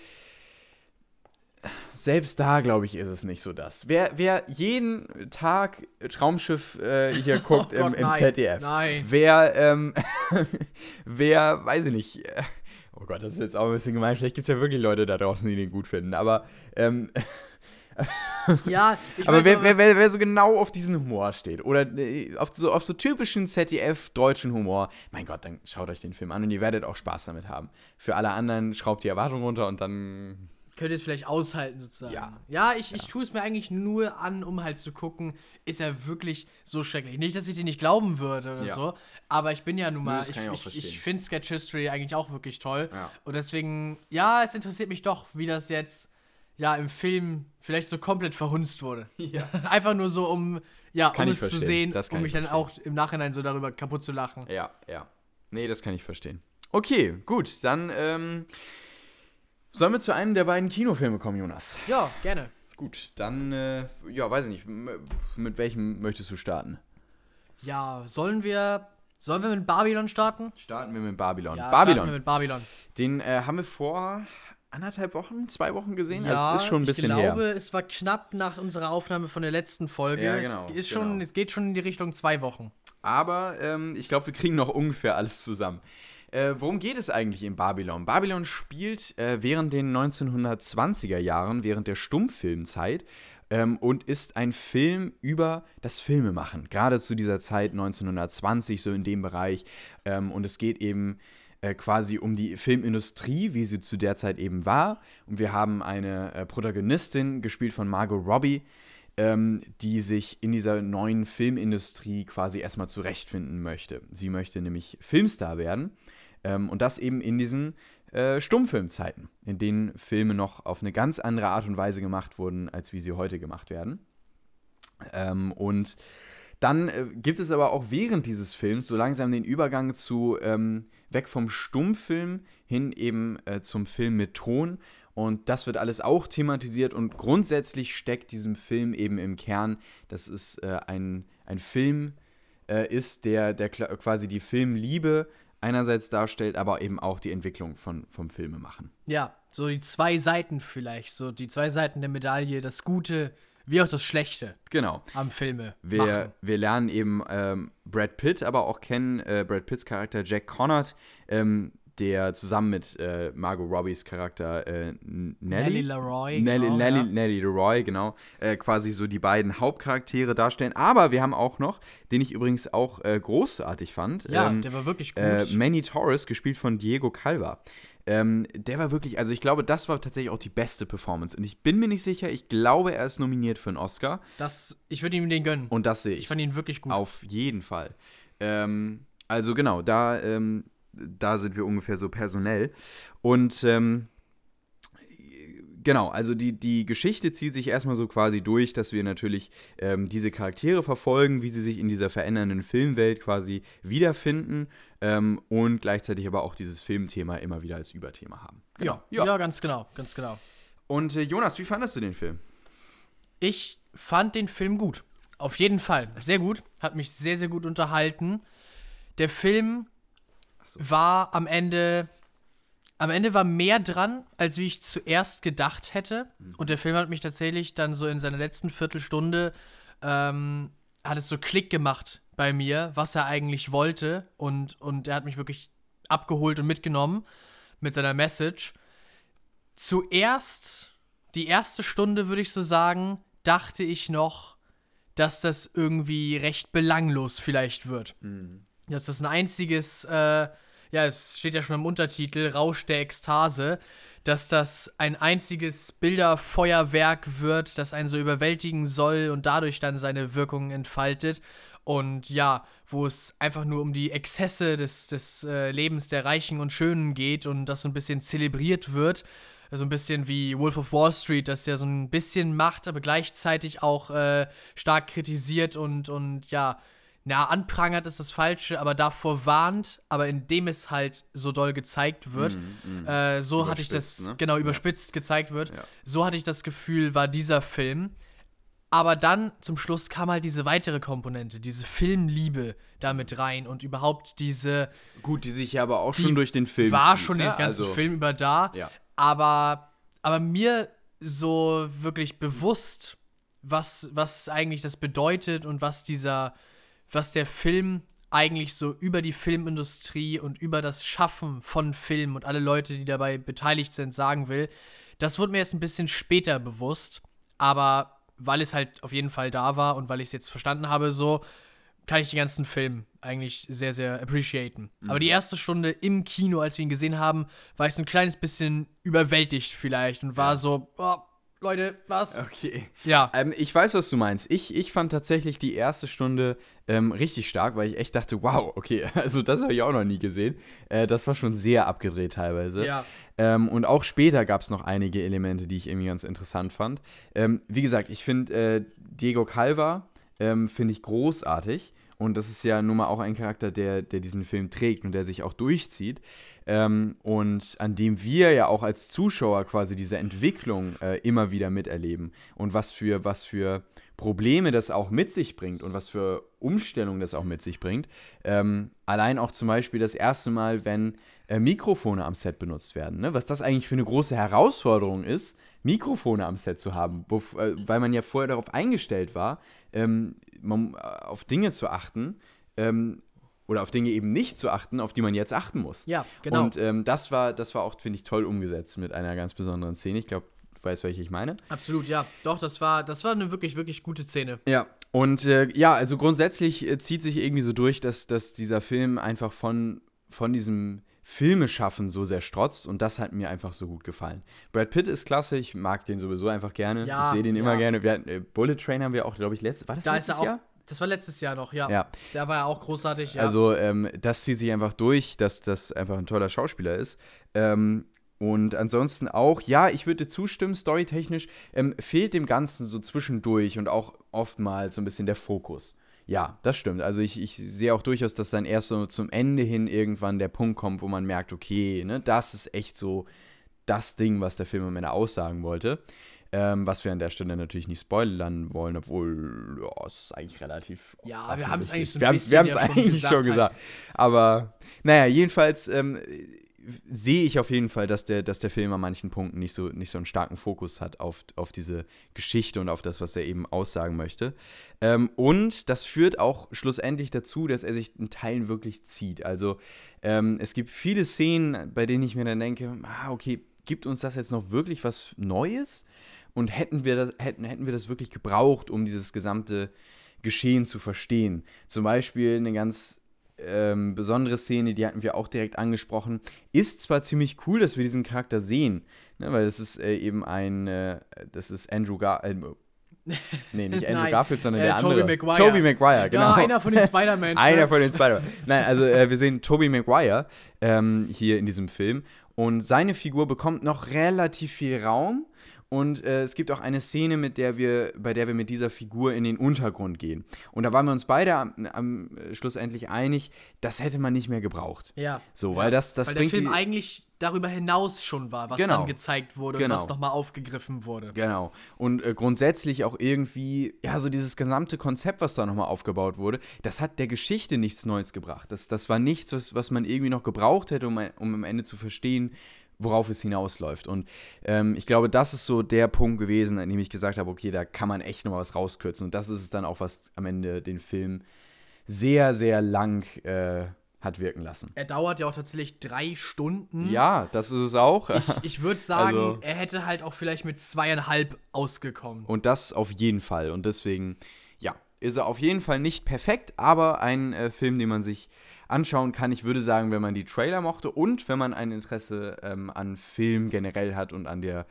selbst da, glaube ich, ist es nicht so das. Wer jeden Tag Traumschiff hier guckt im ZDF, wer, weiß ich nicht, oh Gott, das ist jetzt auch ein bisschen gemein, vielleicht gibt es ja wirklich Leute da draußen, die den gut finden, aber ja, aber wer so genau auf diesen Humor steht oder auf so typischen ZDF-deutschen Humor, mein Gott, dann schaut euch den Film an und ihr werdet auch Spaß damit haben. Für alle anderen schraubt die Erwartung runter und dann könnt ihr es vielleicht aushalten sozusagen. Ich tue es mir eigentlich nur an, um halt zu gucken, ist er wirklich so schrecklich. Nicht, dass ich den nicht glauben würde oder so, aber ich bin ja nun mal, ich finde Sketch History eigentlich auch wirklich toll und deswegen, es interessiert mich doch, wie das jetzt im Film vielleicht so komplett verhunzt wurde. Ja. Einfach nur so, um es zu sehen, um mich dann auch im Nachhinein so darüber kaputt zu lachen. Ja. Nee, das kann ich verstehen. Okay, gut, dann sollen wir zu einem der beiden Kinofilme kommen, Jonas? Ja, gerne. Gut, dann, weiß ich nicht, mit welchem möchtest du starten? Ja, sollen wir mit Babylon starten? Starten wir mit Babylon. Ja, starten wir mit Babylon. Den haben wir vor 2 Wochen gesehen? Ja, also es ist schon ein bisschen her. Ich glaube, es war knapp nach unserer Aufnahme von der letzten Folge. Ja, genau. Es geht schon in die Richtung 2 Wochen. Aber ich glaube, wir kriegen noch ungefähr alles zusammen. Worum geht es eigentlich in Babylon? Babylon spielt während den 1920er Jahren, während der Stummfilmzeit und ist ein Film über das Filmemachen. Gerade zu dieser Zeit 1920, so in dem Bereich. Und es geht eben quasi um die Filmindustrie, wie sie zu der Zeit eben war. Und wir haben eine Protagonistin, gespielt von Margot Robbie, die sich in dieser neuen Filmindustrie quasi erstmal zurechtfinden möchte. Sie möchte nämlich Filmstar werden. Und das eben in diesen Stummfilmzeiten, in denen Filme noch auf eine ganz andere Art und Weise gemacht wurden, als wie sie heute gemacht werden. Und dann gibt es aber auch während dieses Films so langsam den Übergang zu weg vom Stummfilm hin eben zum Film mit Ton. Und das wird alles auch thematisiert und grundsätzlich steckt diesem Film eben im Kern, dass es ein Film ist, der quasi die Filmliebe einerseits darstellt, aber eben auch die Entwicklung vom Filmemachen. Ja, so die 2 Seiten vielleicht, so die 2 Seiten der Medaille, das Gute wie auch das Schlechte am Filme machen. Wir lernen eben Brad Pitt aber auch kennen, Brad Pitts Charakter Jack Connard, der zusammen mit Margot Robbies Charakter Nellie Leroy, genau, quasi so die beiden Hauptcharaktere darstellen. Aber wir haben auch noch, den ich übrigens auch großartig fand. Ja, der war wirklich gut. Manny Torres, gespielt von Diego Calva. Der war wirklich, also ich glaube, das war tatsächlich auch die beste Performance. Und ich bin mir nicht sicher, ich glaube, er ist nominiert für einen Oscar. Ich würde ihm den gönnen. Und das sehe ich. Ich fand ihn wirklich gut. Auf jeden Fall. Also genau, da sind wir ungefähr so personell. Und genau, also die Geschichte zieht sich erstmal so quasi durch, dass wir natürlich diese Charaktere verfolgen, wie sie sich in dieser verändernden Filmwelt quasi wiederfinden und gleichzeitig aber auch dieses Filmthema immer wieder als Überthema haben. Genau. Ja, ganz genau. Und Jonas, wie fandest du den Film? Ich fand den Film gut. Auf jeden Fall. Sehr gut. Hat mich sehr, sehr gut unterhalten. Der Film war am Ende war mehr dran, als wie ich zuerst gedacht hätte. Und der Film hat mich tatsächlich dann so in seiner letzten Viertelstunde hat es so Klick gemacht bei mir, was er eigentlich wollte. Und er hat mich wirklich abgeholt und mitgenommen mit seiner Message. Zuerst, die erste Stunde, würde ich so sagen, dachte ich noch, dass das irgendwie recht belanglos vielleicht wird. Dass das ein einziges, es steht ja schon im Untertitel, Rausch der Ekstase, dass das ein einziges Bilderfeuerwerk wird, das einen so überwältigen soll und dadurch dann seine Wirkung entfaltet. Und ja, wo es einfach nur um die Exzesse des Lebens der Reichen und Schönen geht und das so ein bisschen zelebriert wird. So ein bisschen wie Wolf of Wall Street, das ja so ein bisschen macht, aber gleichzeitig auch stark kritisiert und ja, anprangert ist das Falsche, aber davor warnt, aber indem es halt so doll gezeigt wird, so hatte ich das, ne? genau, überspitzt gezeigt wird, Ja. so hatte ich das Gefühl, war dieser Film. Aber dann zum Schluss kam halt diese weitere Komponente, diese Filmliebe damit rein und überhaupt diese Gut, die sich ja aber auch schon durch den Film war zieht, schon ne? den ganzen Also, Film über da, ja. aber mir so wirklich bewusst, was eigentlich das bedeutet und was der Film eigentlich so über die Filmindustrie und über das Schaffen von Film und alle Leute, die dabei beteiligt sind, sagen will, das wurde mir erst ein bisschen später bewusst, aber weil es halt auf jeden Fall da war und weil ich es jetzt verstanden habe, so kann ich den ganzen Film eigentlich sehr, sehr appreciaten. Aber die erste Stunde im Kino, als wir ihn gesehen haben, war ich so ein kleines bisschen überwältigt vielleicht und war so, oh, Leute, was? Okay. Ja. Ich weiß, was du meinst. Ich fand tatsächlich die erste Stunde richtig stark, weil ich echt dachte, wow, okay, also das habe ich auch noch nie gesehen. Das war schon sehr abgedreht teilweise. Ja. Und auch später gab es noch einige Elemente, die ich irgendwie ganz interessant fand. Wie gesagt, ich finde Diego Calva finde ich großartig. Und das ist ja nun mal auch ein Charakter, der diesen Film trägt und der sich auch durchzieht. Und an dem wir ja auch als Zuschauer quasi diese Entwicklung immer wieder miterleben. Und was für Probleme das auch mit sich bringt und was für Umstellungen das auch mit sich bringt. Allein auch zum Beispiel das erste Mal, wenn Mikrofone am Set benutzt werden. Ne? Was das eigentlich für eine große Herausforderung ist, Mikrofone am Set zu haben. Weil man ja vorher darauf eingestellt war, auf Dinge zu achten, oder auf Dinge eben nicht zu achten, auf die man jetzt achten muss. Ja, genau. Und das war auch, finde ich, toll umgesetzt mit einer ganz besonderen Szene. Ich glaube, du weißt, welche ich meine. Absolut, ja. Doch, das war eine wirklich, wirklich gute Szene. Ja, und also grundsätzlich zieht sich irgendwie so durch, dass dieser Film einfach von diesem Filmeschaffen so sehr strotzt und das hat mir einfach so gut gefallen. Brad Pitt ist klasse, ich mag den sowieso einfach gerne. Ja, ich sehe den immer gerne. Bullet Train haben wir auch, glaube ich, war das letztes Jahr? Das war letztes Jahr noch, ja. Ja. Der war ja auch großartig, ja. Also, das zieht sich einfach durch, dass das einfach ein toller Schauspieler ist. Und ansonsten auch, ja, ich würde zustimmen, storytechnisch fehlt dem Ganzen so zwischendurch und auch oftmals so ein bisschen der Fokus. Ja, das stimmt. Also ich sehe auch durchaus, dass dann erst so zum Ende hin irgendwann der Punkt kommt, wo man merkt, okay, ne, das ist echt so das Ding, was der Film am Ende aussagen wollte. Was wir an der Stelle natürlich nicht spoilern wollen, obwohl, ja, es ist eigentlich relativ. Ja, wir haben es eigentlich so ein bisschen. Wir haben es eigentlich schon gesagt. Aber, naja, jedenfalls sehe ich auf jeden Fall, dass der Film an manchen Punkten nicht so einen starken Fokus hat auf diese Geschichte und auf das, was er eben aussagen möchte. Und das führt auch schlussendlich dazu, dass er sich in Teilen wirklich zieht. Also es gibt viele Szenen, bei denen ich mir dann denke, okay, gibt uns das jetzt noch wirklich was Neues? Und hätten wir das wirklich gebraucht, um dieses gesamte Geschehen zu verstehen? Zum Beispiel eine ganz besondere Szene, die hatten wir auch direkt angesprochen. Ist zwar ziemlich cool, dass wir diesen Charakter sehen, ne, weil das ist eben das ist Andrew Garfield. Nee, nicht Andrew Garfield, sondern der andere. Tobey Maguire, genau. Ja, einer von den Spider-Mans. Einer von den Spider-Man. Nein, also wir sehen Tobey Maguire hier in diesem Film und seine Figur bekommt noch relativ viel Raum. Und es gibt auch eine Szene, bei der wir mit dieser Figur in den Untergrund gehen. Und da waren wir uns beide am schlussendlich einig, das hätte man nicht mehr gebraucht. Ja. So, weil das weil der Film eigentlich darüber hinaus schon war, was dann gezeigt wurde und was nochmal aufgegriffen wurde. Genau. Und grundsätzlich auch irgendwie, ja, so dieses gesamte Konzept, was da nochmal aufgebaut wurde, das hat der Geschichte nichts Neues gebracht. Das war nichts, was man irgendwie noch gebraucht hätte, um am Ende zu verstehen, worauf es hinausläuft. Und ich glaube, das ist so der Punkt gewesen, an dem ich gesagt habe, okay, da kann man echt noch mal was rauskürzen. Und das ist es dann auch, was am Ende den Film sehr, sehr lang hat wirken lassen. Er dauert ja auch tatsächlich 3 Stunden. Ja, das ist es auch. Ich würde sagen, er hätte halt auch vielleicht mit 2,5 ausgekommen. Und das auf jeden Fall. Und deswegen, ja, ist er auf jeden Fall nicht perfekt, aber ein Film, den man sich anschauen kann. Ich würde sagen, wenn man die Trailer mochte und wenn man ein Interesse an Film generell hat und an der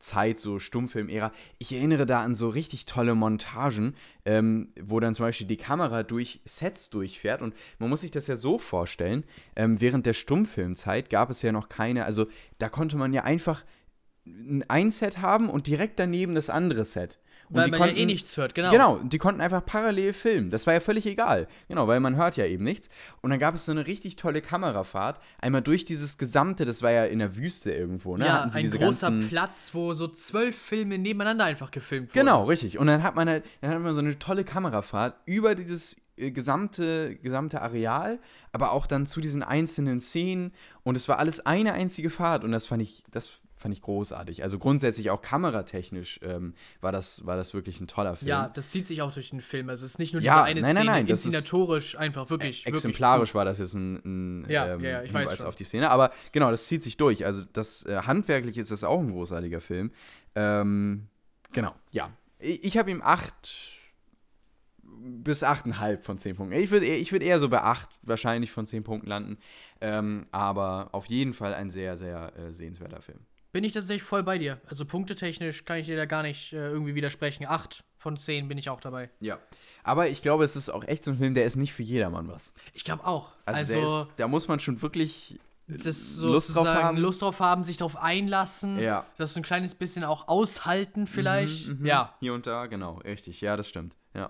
Zeit, so Stummfilm-Ära. Ich erinnere da an so richtig tolle Montagen, wo dann zum Beispiel die Kamera durch Sets durchfährt. Und man muss sich das ja so vorstellen, während der Stummfilmzeit gab es ja noch keine, also da konnte man ja einfach ein Set haben und direkt daneben das andere Set. Und weil man ja eh nichts hört, genau. Genau, die konnten einfach parallel filmen. Das war ja völlig egal. Genau, weil man hört ja eben nichts. Und dann gab es so eine richtig tolle Kamerafahrt. Einmal durch dieses gesamte, das war ja in der Wüste irgendwo, ne? Ja, ein großer Platz, wo so 12 Filme nebeneinander einfach gefilmt wurden. Genau, richtig. Und dann hat man so eine tolle Kamerafahrt über dieses gesamte Areal, aber auch dann zu diesen einzelnen Szenen. Und es war alles eine einzige Fahrt. Und das fand ich großartig. Also grundsätzlich auch kameratechnisch war das wirklich ein toller Film. Ja, das zieht sich auch durch den Film. Also es ist nicht nur diese eine Szene, nein, inszenatorisch einfach wirklich exemplarisch wirklich war das jetzt ein ich Hinweis weiß schon. auf die Szene. Aber genau, das zieht sich durch. Also das handwerklich ist das auch ein großartiger Film. Genau, ja. Ich habe ihm 8 bis 8,5 von 10 Punkten. Ich würd eher so bei 8 wahrscheinlich von 10 Punkten landen. Aber auf jeden Fall ein sehr, sehr sehenswerter Film. Bin ich tatsächlich voll bei dir. Also punktetechnisch kann ich dir da gar nicht irgendwie widersprechen. 8 von 10 bin ich auch dabei. Ja, aber ich glaube, es ist auch echt so ein Film, der ist nicht für jedermann was. Ich glaube auch. Also da muss man schon wirklich das Lust drauf haben, sich drauf einlassen, ja. Das so ein kleines bisschen auch aushalten vielleicht. Ja. Hier und da, genau, richtig. Ja, das stimmt. Ja.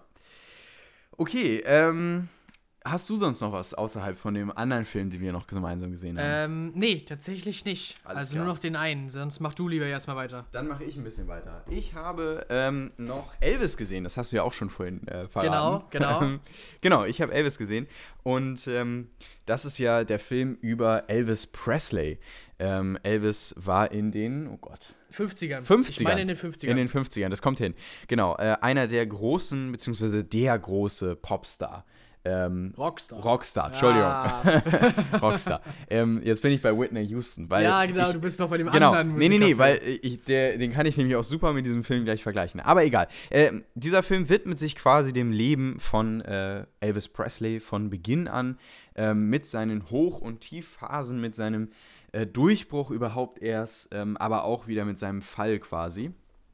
Okay, hast du sonst noch was außerhalb von dem anderen Film, den wir noch gemeinsam gesehen haben? Nee, tatsächlich nicht. Alles also klar. nur noch den einen, sonst mach du lieber erstmal weiter. Dann mache ich ein bisschen weiter. Ich habe noch Elvis gesehen, das hast du ja auch schon vorhin verraten. Genau. Genau, ich habe Elvis gesehen und das ist ja der Film über Elvis Presley. Elvis war in den, 50ern. Ich meine in den 50ern. In den 50ern, das kommt hin. Genau, einer der großen, beziehungsweise der große Popstar. Rockstar, Entschuldigung. Rockstar. Jetzt bin ich bei Whitney Houston. Weil ja, genau, du bist noch bei dem genau, anderen Nee, Musiker. weil den kann ich nämlich auch super mit diesem Film gleich vergleichen. Aber egal. Dieser Film widmet sich quasi dem Leben von Elvis Presley von Beginn an, mit seinen Hoch- und Tiefphasen, mit seinem Durchbruch überhaupt erst, aber auch wieder mit seinem Fall quasi.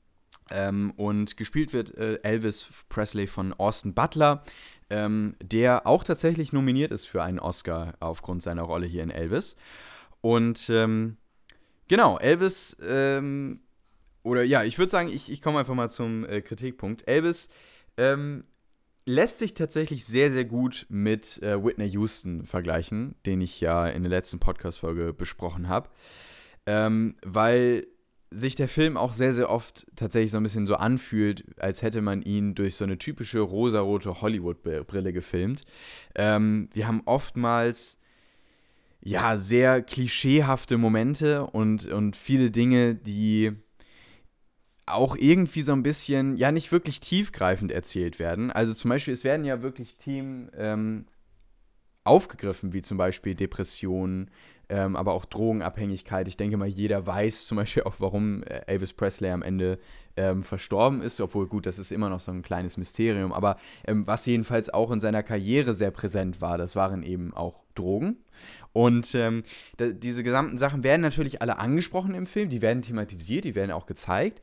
Und gespielt wird Elvis Presley von Austin Butler, der auch tatsächlich nominiert ist für einen Oscar aufgrund seiner Rolle hier in Elvis. Und genau, Elvis, ich würde sagen, ich komme einfach mal zum Kritikpunkt. Elvis lässt sich tatsächlich sehr, sehr gut mit Whitney Houston vergleichen, den ich ja in der letzten Podcast-Folge besprochen habe, weil sich der Film auch sehr, sehr oft tatsächlich so ein bisschen so anfühlt, als hätte man ihn durch so eine typische rosarote Hollywood-Brille gefilmt. Wir haben oftmals ja sehr klischeehafte Momente und viele Dinge, die auch irgendwie so ein bisschen, ja, nicht wirklich tiefgreifend erzählt werden. Also zum Beispiel, es werden ja wirklich Themen aufgegriffen, wie zum Beispiel Depressionen, aber auch Drogenabhängigkeit. Ich denke mal, jeder weiß zum Beispiel auch, warum Elvis Presley am Ende verstorben ist, obwohl, gut, das ist immer noch so ein kleines Mysterium, aber was jedenfalls auch in seiner Karriere sehr präsent war, das waren eben auch Drogen. Und diese gesamten Sachen werden natürlich alle angesprochen im Film, die werden thematisiert, die werden auch gezeigt.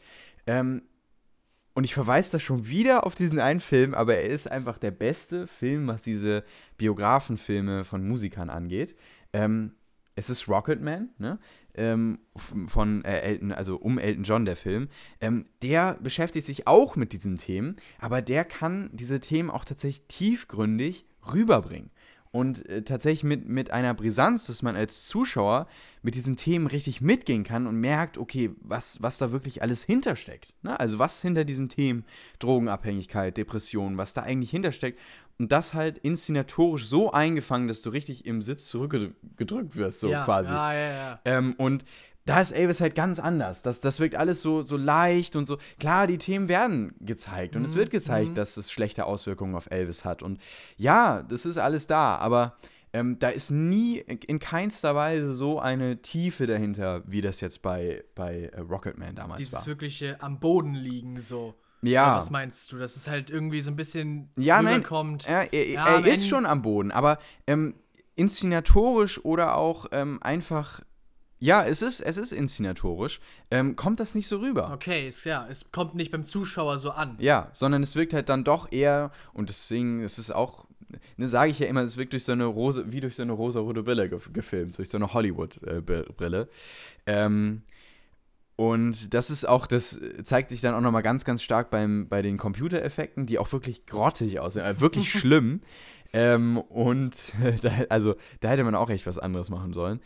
Und ich verweise da schon wieder auf diesen einen Film, aber er ist einfach der beste Film, was diese Biografenfilme von Musikern angeht. Es ist Rocketman, ne? Von Elton, also um Elton John, der Film. Der beschäftigt sich auch mit diesen Themen, aber der kann diese Themen auch tatsächlich tiefgründig rüberbringen. Und tatsächlich mit einer Brisanz, dass man als Zuschauer mit diesen Themen richtig mitgehen kann und merkt, okay, was da wirklich alles hintersteckt. Ne? Also was hinter diesen Themen, Drogenabhängigkeit, Depression, was da eigentlich hintersteckt. Und das halt inszenatorisch so eingefangen, dass du richtig im Sitz zurückgedrückt wirst, so quasi. Ja. Und da ist Elvis halt ganz anders. Das wirkt alles so leicht und so. Klar, die Themen werden gezeigt und es wird gezeigt, dass es schlechte Auswirkungen auf Elvis hat. Und ja, das ist alles da, aber da ist nie in keinster Weise so eine Tiefe dahinter, wie das jetzt bei Rocketman damals war. Dieses wirkliche am Boden liegen so. Ja. Oder was meinst du? Dass es halt irgendwie so ein bisschen rüberkommt? Nein, er ist schon am Boden, aber inszenatorisch oder auch einfach Ja, es ist inszenatorisch, kommt das nicht so rüber. Okay, es kommt nicht beim Zuschauer so an. Ja, sondern es wirkt halt dann doch eher, und deswegen ist es auch, ne, sage ich ja immer, es wirkt durch so eine rosa-rote Brille gefilmt, durch so eine Hollywood-Brille. Und das zeigt sich dann auch nochmal ganz, ganz stark bei den Computereffekten, die auch wirklich grottig aussehen, wirklich schlimm. Da hätte man auch echt was anderes machen sollen.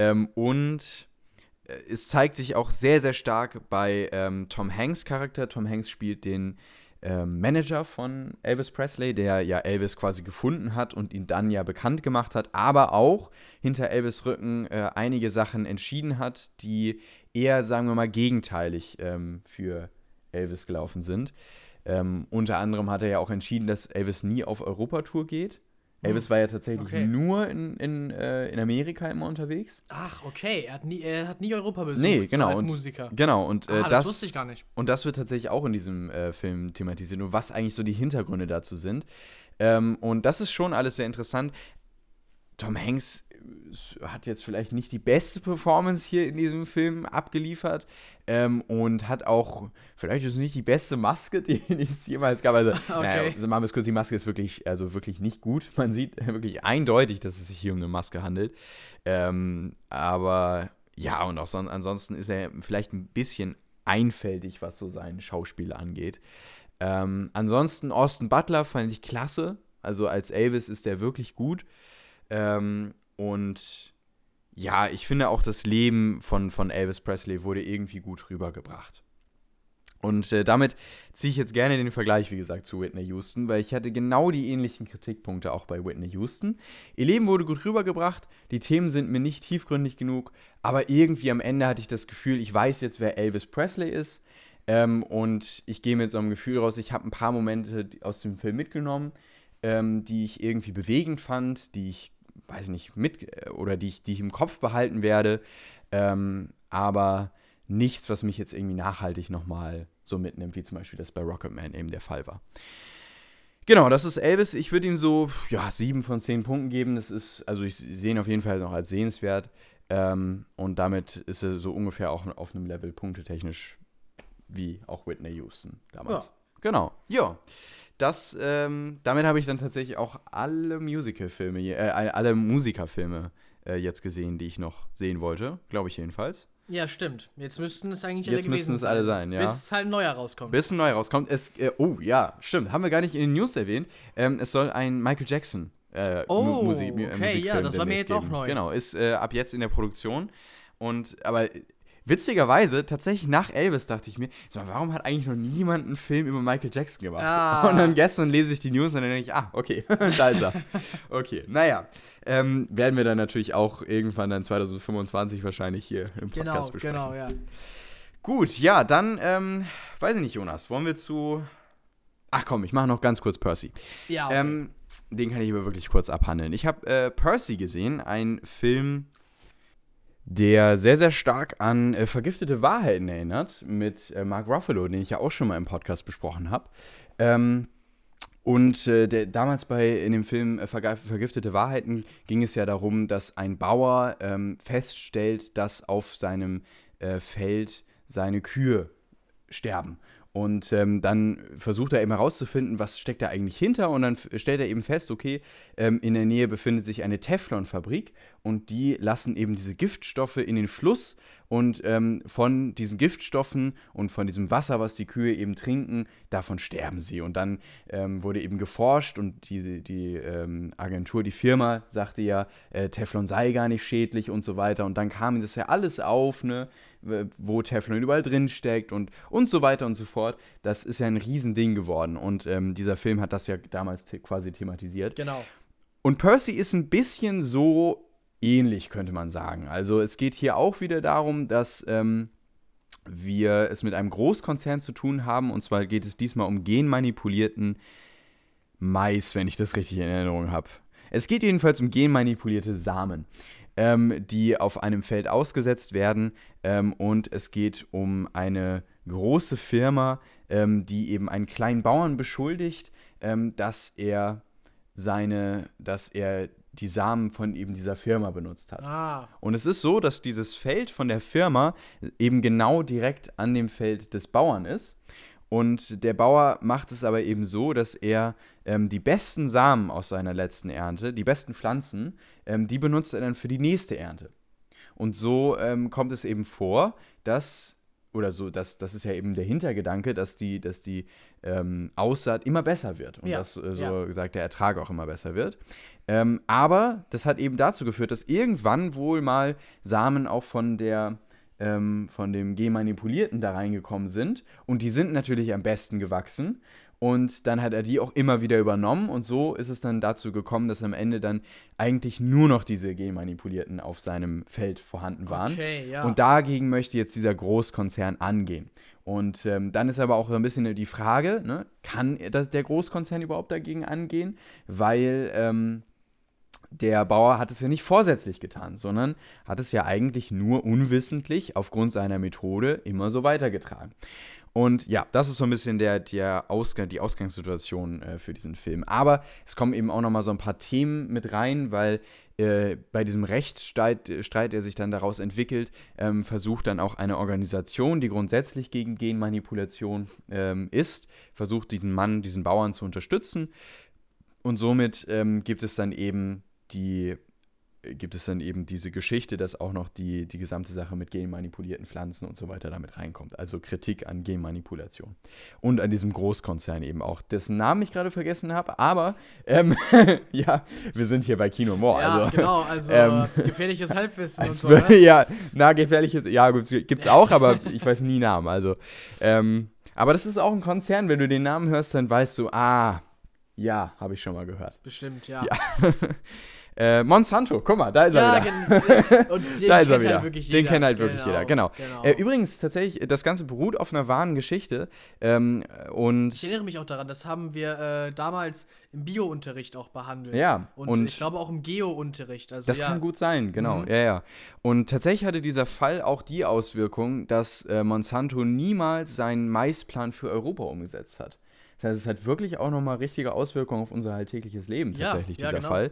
Es zeigt sich auch sehr, sehr stark bei Tom Hanks' Charakter. Tom Hanks spielt den Manager von Elvis Presley, der ja Elvis quasi gefunden hat und ihn dann ja bekannt gemacht hat, aber auch hinter Elvis' Rücken einige Sachen entschieden hat, die eher, sagen wir mal, gegenteilig für Elvis gelaufen sind. Unter anderem hat er ja auch entschieden, dass Elvis nie auf Europatour geht. Elvis war ja tatsächlich nur in Amerika immer unterwegs. Ach, okay. Er hat nie Europa besucht, nee, genau, als Musiker. Genau, und das wusste ich gar nicht. Und das wird tatsächlich auch in diesem Film thematisiert und was eigentlich so die Hintergründe dazu sind. Und das ist schon alles sehr interessant. Tom Hanks hat jetzt vielleicht nicht die beste Performance hier in diesem Film abgeliefert und hat auch vielleicht ist nicht die beste Maske, die es jemals gab. Also, okay. Machen wir es kurz, die Maske ist wirklich nicht gut. Man sieht wirklich eindeutig, dass es sich hier um eine Maske handelt. Aber ja, und auch ansonsten ist er vielleicht ein bisschen einfältig, was so sein Schauspiel angeht. Ansonsten Austin Butler fand ich klasse. Also als Elvis ist der wirklich gut. Und ja, ich finde auch, das Leben von Elvis Presley wurde irgendwie gut rübergebracht. Und damit ziehe ich jetzt gerne den Vergleich, wie gesagt, zu Whitney Houston, weil ich hatte genau die ähnlichen Kritikpunkte auch bei Whitney Houston. Ihr Leben wurde gut rübergebracht, die Themen sind mir nicht tiefgründig genug, aber irgendwie am Ende hatte ich das Gefühl, ich weiß jetzt, wer Elvis Presley ist. Und ich gehe mit so einem Gefühl raus, ich habe ein paar Momente aus dem Film mitgenommen, die ich irgendwie bewegend fand, die ich weiß nicht, die ich im Kopf behalten werde, aber nichts, was mich jetzt irgendwie nachhaltig nochmal so mitnimmt, wie zum Beispiel das bei Rocketman eben der Fall war. Genau, das ist Elvis. Ich würde ihm so, 7 von 10 Punkten geben. Ich sehe ihn auf jeden Fall noch als sehenswert. Und damit ist er so ungefähr auch auf einem Level punktetechnisch wie auch Whitney Houston damals. Ja. Genau, ja. Damit habe ich dann tatsächlich auch alle Musikerfilme jetzt gesehen, die ich noch sehen wollte. Glaube ich jedenfalls. Ja, stimmt. Jetzt müssten es eigentlich alle gewesen sein. Alle sein, ja. Bis halt ein neuer rauskommt. Stimmt. Haben wir gar nicht in den News erwähnt. Es soll ein Michael Jackson Musikfilm ja, das war mir jetzt geben. auch neu. Genau, ist ab jetzt in der Produktion. Aber witzigerweise, tatsächlich nach Elvis dachte ich mir, warum hat eigentlich noch niemand einen Film über Michael Jackson gemacht? Und dann gestern lese ich die News und dann denke ich, okay, da ist er. Okay, naja. Werden wir dann natürlich auch irgendwann dann 2025 wahrscheinlich hier im Podcast besprechen. Genau, ja. Gut, ja, dann, weiß ich nicht, Jonas, wollen wir zu... Ach komm, ich mache noch ganz kurz Percy. Ja, okay. Den kann ich aber wirklich kurz abhandeln. Ich habe Percy gesehen, ein Film, der sehr, sehr stark an Vergiftete Wahrheiten erinnert, mit Mark Ruffalo, den ich ja auch schon mal im Podcast besprochen habe. Damals in dem Film Vergiftete Wahrheiten ging es ja darum, dass ein Bauer feststellt, dass auf seinem Feld seine Kühe sterben. Und dann versucht er eben herauszufinden, was steckt da eigentlich hinter. Und dann stellt er eben fest, okay, in der Nähe befindet sich eine Teflonfabrik und die lassen eben diese Giftstoffe in den Fluss. Und von diesen Giftstoffen und von diesem Wasser, was die Kühe eben trinken, davon sterben sie. Und dann wurde eben geforscht und die Agentur, die Firma sagte ja, Teflon sei gar nicht schädlich und so weiter. Und dann kam das ja alles auf, ne, wo Teflon überall drin steckt und so weiter und so fort. Das ist ja ein Riesending geworden. Und dieser Film hat das ja damals quasi thematisiert. Genau. Und Percy ist ein bisschen so ähnlich, könnte man sagen. Also es geht hier auch wieder darum, dass wir es mit einem Großkonzern zu tun haben. Und zwar geht es diesmal um genmanipulierten Mais, wenn ich das richtig in Erinnerung habe. Es geht jedenfalls um genmanipulierte Samen, die auf einem Feld ausgesetzt werden. Und es geht um eine große Firma, die eben einen kleinen Bauern beschuldigt, dass er die Samen von eben dieser Firma benutzt hat. Ah. Und es ist so, dass dieses Feld von der Firma eben genau direkt an dem Feld des Bauern ist. Und der Bauer macht es aber eben so, dass er die besten Samen aus seiner letzten Ernte, die besten Pflanzen, die benutzt er dann für die nächste Ernte. Und so kommt es eben vor, das ist ja eben der Hintergedanke, dass die Aussaat immer besser wird und dass, gesagt, der Ertrag auch immer besser wird. Aber das hat eben dazu geführt, dass irgendwann wohl mal Samen auch von dem Genmanipulierten da reingekommen sind und die sind natürlich am besten gewachsen. Und dann hat er die auch immer wieder übernommen und so ist es dann dazu gekommen, dass am Ende dann eigentlich nur noch diese Genmanipulierten auf seinem Feld vorhanden waren. Okay, ja. Und dagegen möchte jetzt dieser Großkonzern angehen. Und dann ist aber auch so ein bisschen die Frage, ne, kann der Großkonzern überhaupt dagegen angehen? Weil der Bauer hat es ja nicht vorsätzlich getan, sondern hat es ja eigentlich nur unwissentlich aufgrund seiner Methode immer so weitergetragen. Und ja, das ist so ein bisschen die Ausgangssituation für diesen Film. Aber es kommen eben auch nochmal so ein paar Themen mit rein, weil bei diesem Rechtsstreit, der sich dann daraus entwickelt, versucht dann auch eine Organisation, die grundsätzlich gegen Genmanipulation ist, versucht diesen Bauern zu unterstützen. Und somit gibt es dann eben diese Geschichte, dass auch noch die gesamte Sache mit genmanipulierten Pflanzen und so weiter damit reinkommt. Also Kritik an Genmanipulation. Und an diesem Großkonzern eben auch, dessen Namen ich gerade vergessen habe. Aber, ja, wir sind hier bei Kino More. Ja, also, genau, gefährliches Halbwissen und so, ne? Ja, gefährliches, ja gut, gibt's auch, aber ich weiß nie Namen. Also, aber das ist auch ein Konzern, wenn du den Namen hörst, dann weißt du, ja, habe ich schon mal gehört. Bestimmt, ja. Monsanto, guck mal, da ist er wieder. Und den da ist er kennt wieder. halt wirklich jeder. Den kennt halt wirklich jeder, genau. Genau. Übrigens, tatsächlich, das Ganze beruht auf einer wahren Geschichte. Und ich erinnere mich auch daran, das haben wir damals im Bio-Unterricht auch behandelt. Ja. Und ich glaube auch im Geo-Unterricht. Also, das kann gut sein, genau. Mhm. Ja. Und tatsächlich hatte dieser Fall auch die Auswirkung, dass Monsanto niemals seinen Maisplan für Europa umgesetzt hat. Das heißt, es hat wirklich auch nochmal richtige Auswirkungen auf unser alltägliches Leben, tatsächlich, dieser genau. Fall.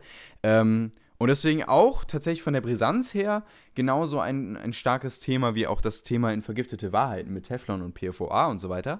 Und deswegen auch tatsächlich von der Brisanz her genauso ein starkes Thema wie auch das Thema in vergiftete Wahrheiten mit Teflon und PFOA und so weiter.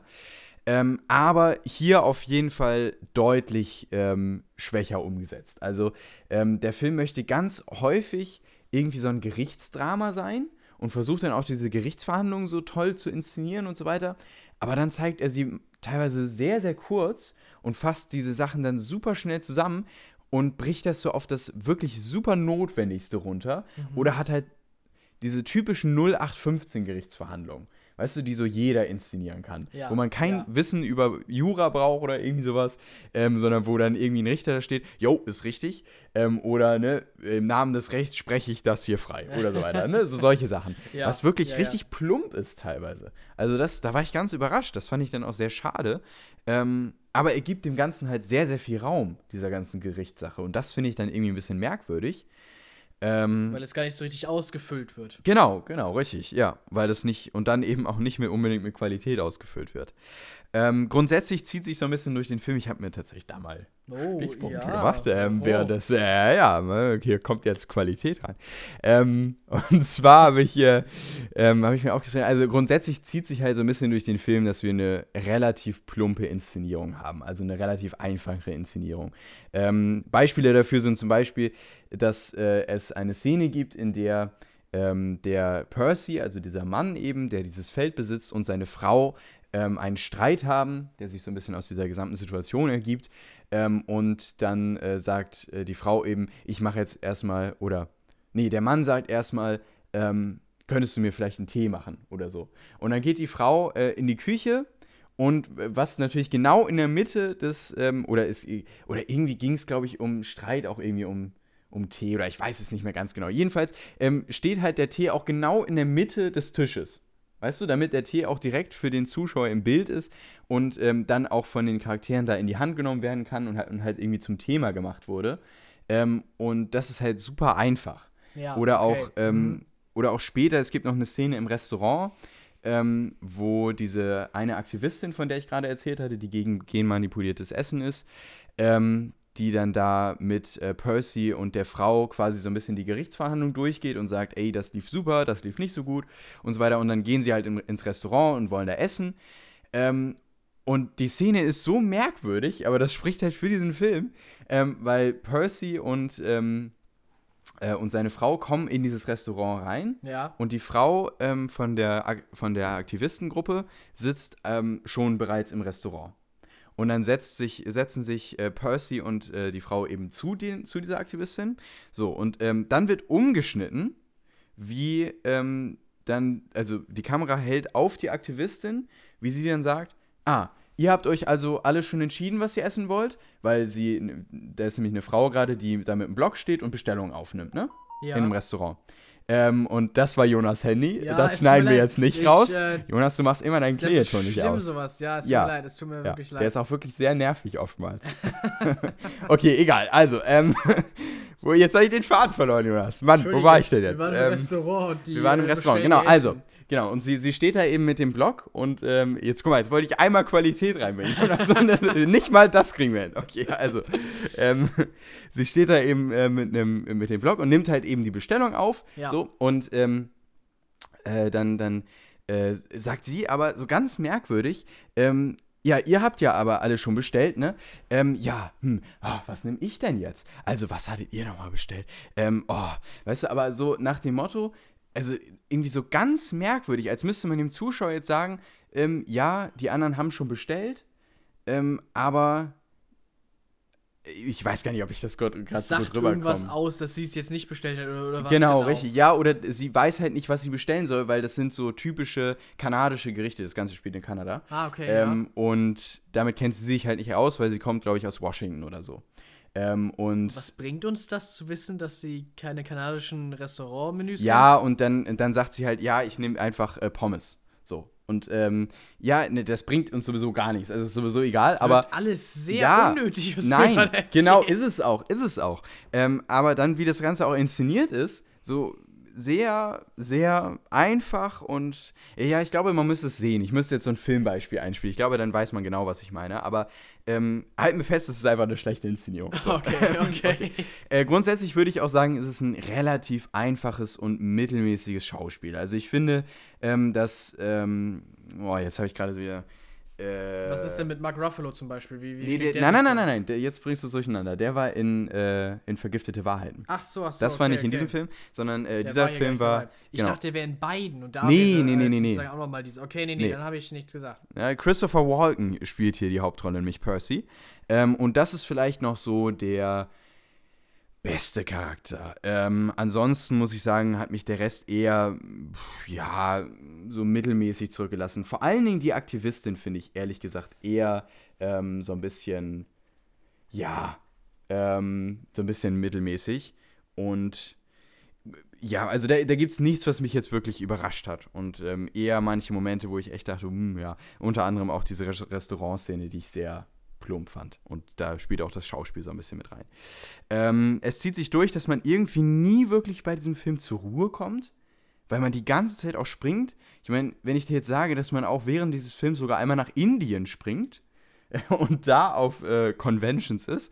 Aber hier auf jeden Fall deutlich schwächer umgesetzt. Also der Film möchte ganz häufig irgendwie so ein Gerichtsdrama sein und versucht dann auch diese Gerichtsverhandlungen so toll zu inszenieren und so weiter. Aber dann zeigt er sie teilweise sehr, sehr kurz und fasst diese Sachen dann super schnell zusammen und bricht das so auf das wirklich super Notwendigste runter. Oder hat halt diese typischen 0815-Gerichtsverhandlungen, weißt du, die so jeder inszenieren kann. Ja, wo man kein Wissen über Jura braucht oder irgendwie sowas, sondern wo dann irgendwie ein Richter da steht, jo, ist richtig, oder ne, im Namen des Rechts spreche ich das hier frei oder so weiter, ne, so solche Sachen. Ja, was wirklich richtig plump ist teilweise. Also da war ich ganz überrascht, das fand ich dann auch sehr schade, aber er gibt dem Ganzen halt sehr, sehr viel Raum, dieser ganzen Gerichtssache, und das finde ich dann irgendwie ein bisschen merkwürdig. Weil es gar nicht so richtig ausgefüllt wird. Genau, richtig, ja, weil das nicht, und dann eben auch nicht mehr unbedingt mit Qualität ausgefüllt wird. Grundsätzlich zieht sich so ein bisschen durch den Film, ich habe mir tatsächlich da mal Stichpunkte gemacht, während das, hier kommt jetzt Qualität rein. Und zwar habe ich mir aufgeschrieben, also grundsätzlich zieht sich halt so ein bisschen durch den Film, dass wir eine relativ plumpe Inszenierung haben, also eine relativ einfache Inszenierung. Beispiele dafür sind zum Beispiel, dass es eine Szene gibt, in der der Percy, also dieser Mann eben, der dieses Feld besitzt, und seine Frau einen Streit haben, der sich so ein bisschen aus dieser gesamten Situation ergibt. Und dann sagt die Frau eben, ich mache jetzt erstmal, der Mann sagt erstmal, könntest du mir vielleicht einen Tee machen oder so. Und dann geht die Frau in die Küche. Und was natürlich genau in der Mitte des, oder irgendwie ging es, glaube ich, um Streit, auch irgendwie um Tee, oder ich weiß es nicht mehr ganz genau. Jedenfalls steht halt der Tee auch genau in der Mitte des Tisches. Weißt du, damit der Tee auch direkt für den Zuschauer im Bild ist und dann auch von den Charakteren da in die Hand genommen werden kann und halt irgendwie zum Thema gemacht wurde. Und das ist halt super einfach. Ja, oder okay. auch später, es gibt noch eine Szene im Restaurant, wo diese eine Aktivistin, von der ich gerade erzählt hatte, die gegen genmanipuliertes Essen ist, die dann da mit Percy und der Frau quasi so ein bisschen die Gerichtsverhandlung durchgeht und sagt, ey, das lief super, das lief nicht so gut und so weiter. Und dann gehen sie halt ins Restaurant und wollen da essen. Und die Szene ist so merkwürdig, aber das spricht halt für diesen Film, weil Percy und seine Frau kommen in dieses Restaurant rein. Ja. Und die Frau von der Aktivistengruppe sitzt schon bereits im Restaurant. Und dann setzen sich Percy und die Frau eben zu dieser Aktivistin. So, und dann wird umgeschnitten, wie also die Kamera hält auf die Aktivistin, wie sie dann sagt, ihr habt euch also alle schon entschieden, was ihr essen wollt? Weil da ist nämlich eine Frau gerade, die da mit dem Blog steht und Bestellungen aufnimmt, ne? Ja. In einem Restaurant. Und das war Jonas Handy. Ja, das schneiden wir jetzt nicht raus. Jonas, du machst immer deinen Klingelton nicht aus. Sowas. Ja, es tut mir leid, es tut mir wirklich leid. Der ist auch wirklich sehr nervig oftmals. Okay, egal. Also, jetzt habe ich den Faden verloren, Jonas. Mann, wo war ich denn jetzt? Wir waren im Restaurant. Wir waren im Restaurant, genau. Also, genau. Und sie steht da eben mit dem Blog und jetzt, guck mal, jetzt wollte ich einmal Qualität reinbringen. Nicht mal das kriegen wir hin. Okay, also, sie steht da eben mit dem Blog und nimmt halt eben die Bestellung auf. Ja. So, und dann sagt sie aber so ganz merkwürdig, ja, ihr habt ja aber alle schon bestellt, ne? Was nehme ich denn jetzt? Also, was hattet ihr nochmal bestellt? Weißt du, aber so nach dem Motto, also irgendwie so ganz merkwürdig, als müsste man dem Zuschauer jetzt sagen, ja, die anderen haben schon bestellt, aber ich weiß gar nicht, ob ich das gerade so gut rüberkomme. Sagt irgendwas aus, dass sie es jetzt nicht bestellt hat oder was genau? Genau, richtig. Ja, oder sie weiß halt nicht, was sie bestellen soll, weil das sind so typische kanadische Gerichte. Das Ganze spielt in Kanada. Okay, Und damit kennt sie sich halt nicht aus, weil sie kommt, glaube ich, aus Washington oder so. Und was bringt uns das zu wissen, dass sie keine kanadischen Restaurantmenüs haben? Ja, und dann sagt sie halt, ja, ich nehme einfach Pommes. So. Und das bringt uns sowieso gar nichts. Also ist sowieso egal. Aber alles sehr unnötig. Nein, genau, ist es auch. Aber dann, wie das Ganze auch inszeniert ist, so sehr, sehr einfach und ja, ich glaube, man müsste es sehen. Ich müsste jetzt so ein Filmbeispiel einspielen. Ich glaube, dann weiß man genau, was ich meine. Aber halten wir fest, es ist einfach eine schlechte Inszenierung. So. Okay. Grundsätzlich würde ich auch sagen, es ist ein relativ einfaches und mittelmäßiges Schauspiel. Also ich finde, dass jetzt habe ich gerade so wieder was ist denn mit Mark Ruffalo zum Beispiel? Nein, jetzt bringst du es durcheinander. Der war in Vergiftete Wahrheiten. Ach so. Das war nicht in diesem Film, sondern dieser Film war. Ich dachte, der wäre in beiden. Und da nee. Auch noch mal nee, dann habe ich nichts gesagt. Ja, Christopher Walken spielt hier die Hauptrolle, nämlich Percy. Und das ist vielleicht noch so der beste Charakter. Ansonsten muss ich sagen, hat mich der Rest eher, so mittelmäßig zurückgelassen. Vor allen Dingen die Aktivistin finde ich, ehrlich gesagt, eher so ein bisschen, so ein bisschen mittelmäßig. Und ja, also da gibt es nichts, was mich jetzt wirklich überrascht hat. Und eher manche Momente, wo ich echt dachte, unter anderem auch diese Restaurantszene, die ich sehr plump fand. Und da spielt auch das Schauspiel so ein bisschen mit rein. Es zieht sich durch, dass man irgendwie nie wirklich bei diesem Film zur Ruhe kommt, weil man die ganze Zeit auch springt. Ich meine, wenn ich dir jetzt sage, dass man auch während dieses Films sogar einmal nach Indien springt und da auf Conventions ist,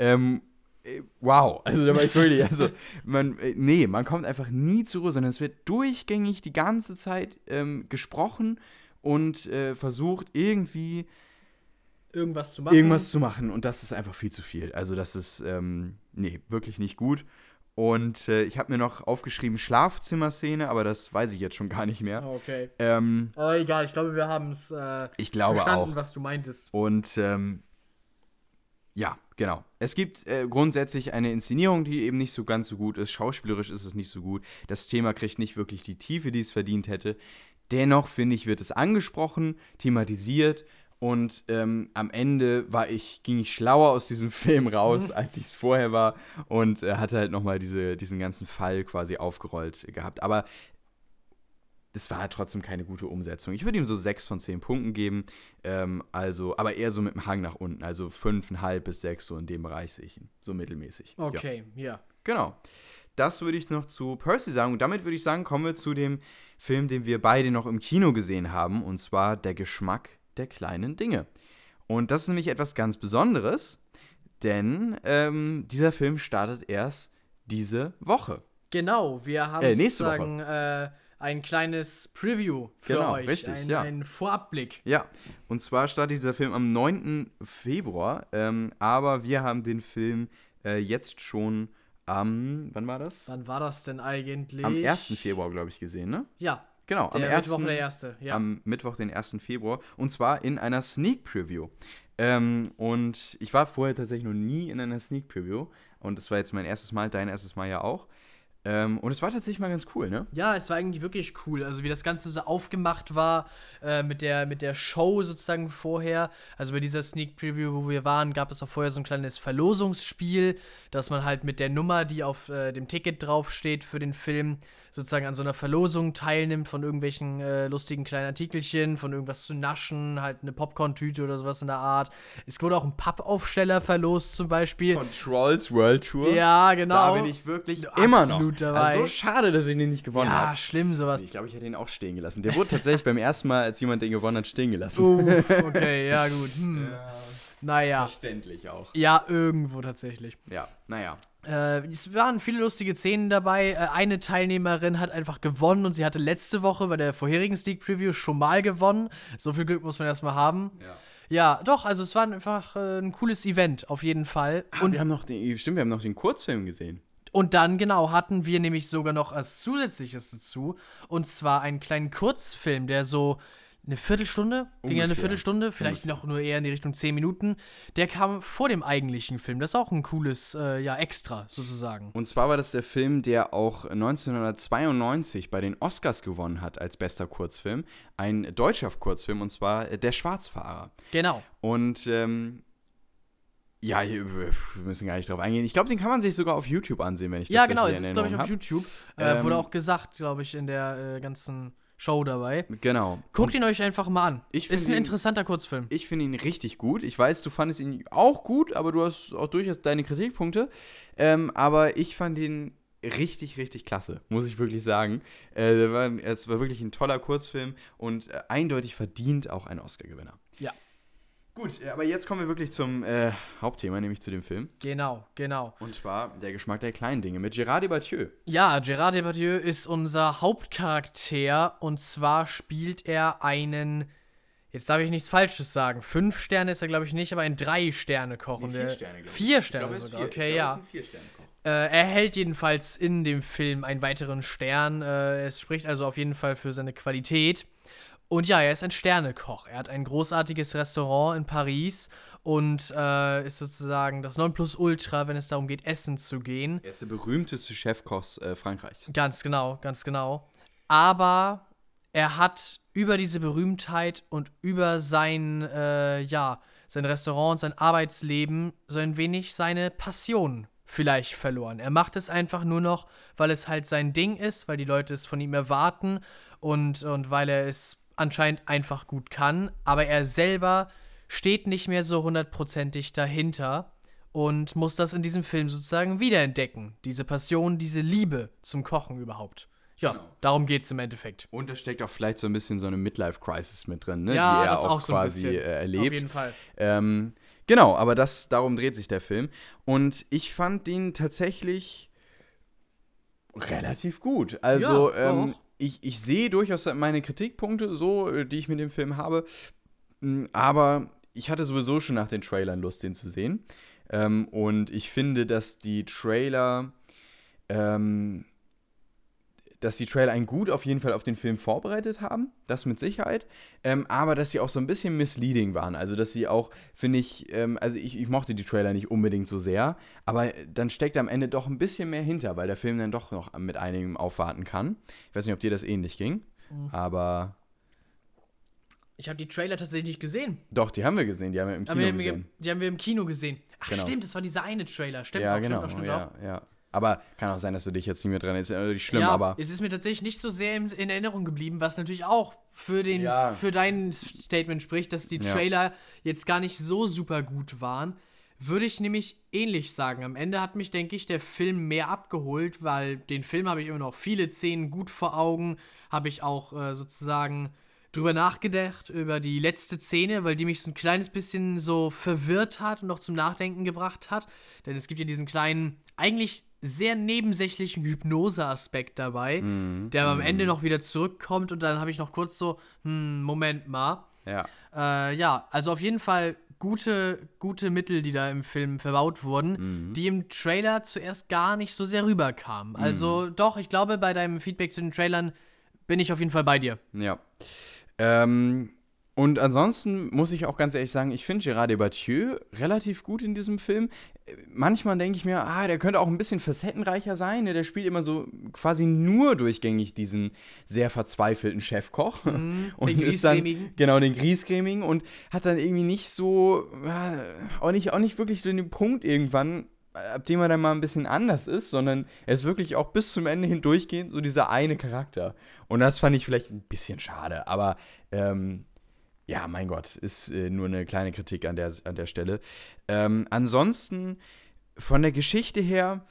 wow, also da war ich wirklich, man kommt einfach nie zur Ruhe, sondern es wird durchgängig die ganze Zeit gesprochen und versucht irgendwie irgendwas zu machen. Und das ist einfach viel zu viel. Also das ist, wirklich nicht gut. Und ich habe mir noch aufgeschrieben Schlafzimmerszene, aber das weiß ich jetzt schon gar nicht mehr. Okay. Aber egal, ich glaube, wir haben es verstanden, was du meintest. Und ja, genau. Es gibt grundsätzlich eine Inszenierung, die eben nicht so ganz so gut ist. Schauspielerisch ist es nicht so gut. Das Thema kriegt nicht wirklich die Tiefe, die es verdient hätte. Dennoch, finde ich, wird es angesprochen, thematisiert. Und am Ende ging ich schlauer aus diesem Film raus, als ich es vorher war. Und hatte halt nochmal diesen ganzen Fall quasi aufgerollt gehabt. Aber es war halt trotzdem keine gute Umsetzung. Ich würde ihm so 6 von 10 Punkten geben. Aber eher so mit dem Hang nach unten. Also 5,5 bis 6, so in dem Bereich sehe ich ihn. So mittelmäßig. Okay, ja. Genau. Das würde ich noch zu Percy sagen. Und damit würde ich sagen, kommen wir zu dem Film, den wir beide noch im Kino gesehen haben. Und zwar Der Geschmack der kleinen Dinge. Und das ist nämlich etwas ganz Besonderes, Denn dieser Film startet erst diese Woche. Genau, wir haben sozusagen ein kleines Preview für euch. Richtig, ein Vorabblick. Ja, und zwar startet dieser Film am 9. Februar, aber wir haben den Film jetzt schon wann war das? Wann war das denn eigentlich? Am 1. Februar, glaube ich, gesehen, ne? Ja. Genau, Mittwoch der 1. Ja. Am Mittwoch, den 1. Februar. Und zwar in einer Sneak Preview. Und ich war vorher tatsächlich noch nie in einer Sneak Preview. Und das war jetzt mein erstes Mal, dein erstes Mal ja auch. Und es war tatsächlich mal ganz cool, ne? Ja, es war eigentlich wirklich cool. Also wie das Ganze so aufgemacht war mit der Show sozusagen vorher. Also bei dieser Sneak Preview, wo wir waren, gab es auch vorher so ein kleines Verlosungsspiel, dass man halt mit der Nummer, die auf dem Ticket draufsteht für den Film, sozusagen an so einer Verlosung teilnimmt von irgendwelchen lustigen kleinen Artikelchen, von irgendwas zu naschen, halt eine Popcorn-Tüte oder sowas in der Art. Es wurde auch ein Pappaufsteller verlost zum Beispiel. Von Trolls World Tour. Ja, genau. Da bin ich wirklich immer noch dabei. Also so schade, dass ich den nicht gewonnen habe. Ja, schlimm sowas. Ich glaube, ich hätte ihn auch stehen gelassen. Der wurde tatsächlich beim ersten Mal, als jemand den gewonnen hat, stehen gelassen. Okay, ja gut. Ja. Naja. Verständlich auch. Ja, irgendwo tatsächlich. Ja, naja. Es waren viele lustige Szenen dabei. Eine Teilnehmerin hat einfach gewonnen und sie hatte letzte Woche bei der vorherigen Sneak Preview schon mal gewonnen. So viel Glück muss man erstmal haben. Ja, doch, also es war einfach ein cooles Event, auf jeden Fall. Und wir haben noch den Kurzfilm gesehen. Und dann, genau, hatten wir nämlich sogar noch als Zusätzliches dazu. Und zwar einen kleinen Kurzfilm, der so eine Viertelstunde, ging ja eine Viertelstunde, vielleicht noch nur eher in die Richtung 10 Minuten. Der kam vor dem eigentlichen Film. Das ist auch ein cooles, Extra sozusagen. Und zwar war das der Film, der auch 1992 bei den Oscars gewonnen hat als bester Kurzfilm. Ein deutscher Kurzfilm, und zwar Der Schwarzfahrer. Genau. Und ja, wir müssen gar nicht drauf eingehen. Ich glaube, den kann man sich sogar auf YouTube ansehen, wenn ich das richtig es ist, glaube ich, auf YouTube. Wurde auch gesagt, glaube ich, in der ganzen Show dabei. Genau. Guckt ihn euch einfach mal an. Ist ein interessanter Kurzfilm. Ich finde ihn richtig gut. Ich weiß, du fandest ihn auch gut, aber du hast auch durchaus deine Kritikpunkte. Aber ich fand ihn richtig, richtig klasse, muss ich wirklich sagen. Es war wirklich ein toller Kurzfilm und eindeutig verdient auch ein Oscar-Gewinner. Ja. Gut, aber jetzt kommen wir wirklich zum Hauptthema, nämlich zu dem Film. Genau. Und zwar der Geschmack der kleinen Dinge mit Gérard Depardieu. Ja, Gérard Depardieu ist unser Hauptcharakter und zwar spielt er einen, jetzt darf ich nichts Falsches sagen, 5 Sterne ist er glaube ich nicht, aber ein 3-Sterne-Koch. 4 Sterne, glaube ich. 4 Sterne sogar, okay, ja. Er erhält jedenfalls in dem Film einen weiteren Stern. Es spricht also auf jeden Fall für seine Qualität. Und ja, er ist ein Sternekoch. Er hat ein großartiges Restaurant in Paris und ist sozusagen das Nonplusultra, wenn es darum geht, essen zu gehen. Er ist der berühmteste Chefkoch Frankreichs. Ganz genau. Aber er hat über diese Berühmtheit und über sein Restaurant und sein Arbeitsleben so ein wenig seine Passion vielleicht verloren. Er macht es einfach nur noch, weil es halt sein Ding ist, weil die Leute es von ihm erwarten und weil er es anscheinend einfach gut kann, aber er selber steht nicht mehr so 100%ig dahinter und muss das in diesem Film sozusagen wiederentdecken. Diese Passion, diese Liebe zum Kochen überhaupt. Ja, genau. Darum geht's im Endeffekt. Und da steckt auch vielleicht so ein bisschen so eine Midlife-Crisis mit drin, ne? Ja, die er das auch so quasi ein bisschen. Erlebt. Auf jeden Fall. Genau, aber darum dreht sich der Film. Und ich fand ihn tatsächlich relativ gut. Also, ich sehe durchaus meine Kritikpunkte so, die ich mit dem Film habe. Aber ich hatte sowieso schon nach den Trailern Lust, den zu sehen. Und ich finde, dass die Trailer einen gut auf jeden Fall auf den Film vorbereitet haben, das mit Sicherheit, aber dass sie auch so ein bisschen misleading waren, also dass sie auch, finde ich, ich mochte die Trailer nicht unbedingt so sehr, aber dann steckt am Ende doch ein bisschen mehr hinter, weil der Film dann doch noch mit einigem aufwarten kann. Ich weiß nicht, ob dir das ähnlich ging, aber ich habe die Trailer tatsächlich nicht gesehen. Doch, die haben wir gesehen, die haben wir im Kino gesehen. Die haben wir im Kino gesehen. Ach genau. Stimmt, das war dieser eine Trailer. Stimmt auch. Aber kann auch sein, dass du dich jetzt nicht mehr dran erinnerst. Ist ja natürlich schlimm, ja, aber es ist mir tatsächlich nicht so sehr in Erinnerung geblieben, was natürlich auch für dein Statement spricht, dass die Trailer jetzt gar nicht so super gut waren. Würde ich nämlich ähnlich sagen. Am Ende hat mich, denke ich, der Film mehr abgeholt, weil den Film habe ich immer noch viele Szenen gut vor Augen, habe ich auch sozusagen drüber nachgedacht, über die letzte Szene, weil die mich so ein kleines bisschen so verwirrt hat und noch zum Nachdenken gebracht hat. Denn es gibt ja diesen kleinen, eigentlich sehr nebensächlichen Hypnose-Aspekt dabei, der am Ende noch wieder zurückkommt und dann habe ich noch kurz so, Moment mal. Ja. Ja, also auf jeden Fall gute Mittel, die da im Film verbaut wurden, die im Trailer zuerst gar nicht so sehr rüberkamen. Also doch, ich glaube, bei deinem Feedback zu den Trailern bin ich auf jeden Fall bei dir. Ja. Und ansonsten muss ich auch ganz ehrlich sagen, ich finde Gérard Depardieu relativ gut in diesem Film. Manchmal denke ich mir, der könnte auch ein bisschen facettenreicher sein. Ne? Der spielt immer so quasi nur durchgängig diesen sehr verzweifelten Chefkoch. Und den ist dann, Griesgrämigen. genau, den Griesgrämigen. Und hat dann irgendwie nicht so, auch nicht wirklich den Punkt irgendwann, ab dem er dann mal ein bisschen anders ist, sondern er ist wirklich auch bis zum Ende hindurchgehend so dieser eine Charakter. Und das fand ich vielleicht ein bisschen schade, aber ja, mein Gott, ist nur eine kleine Kritik an der Stelle. Ansonsten, von der Geschichte her,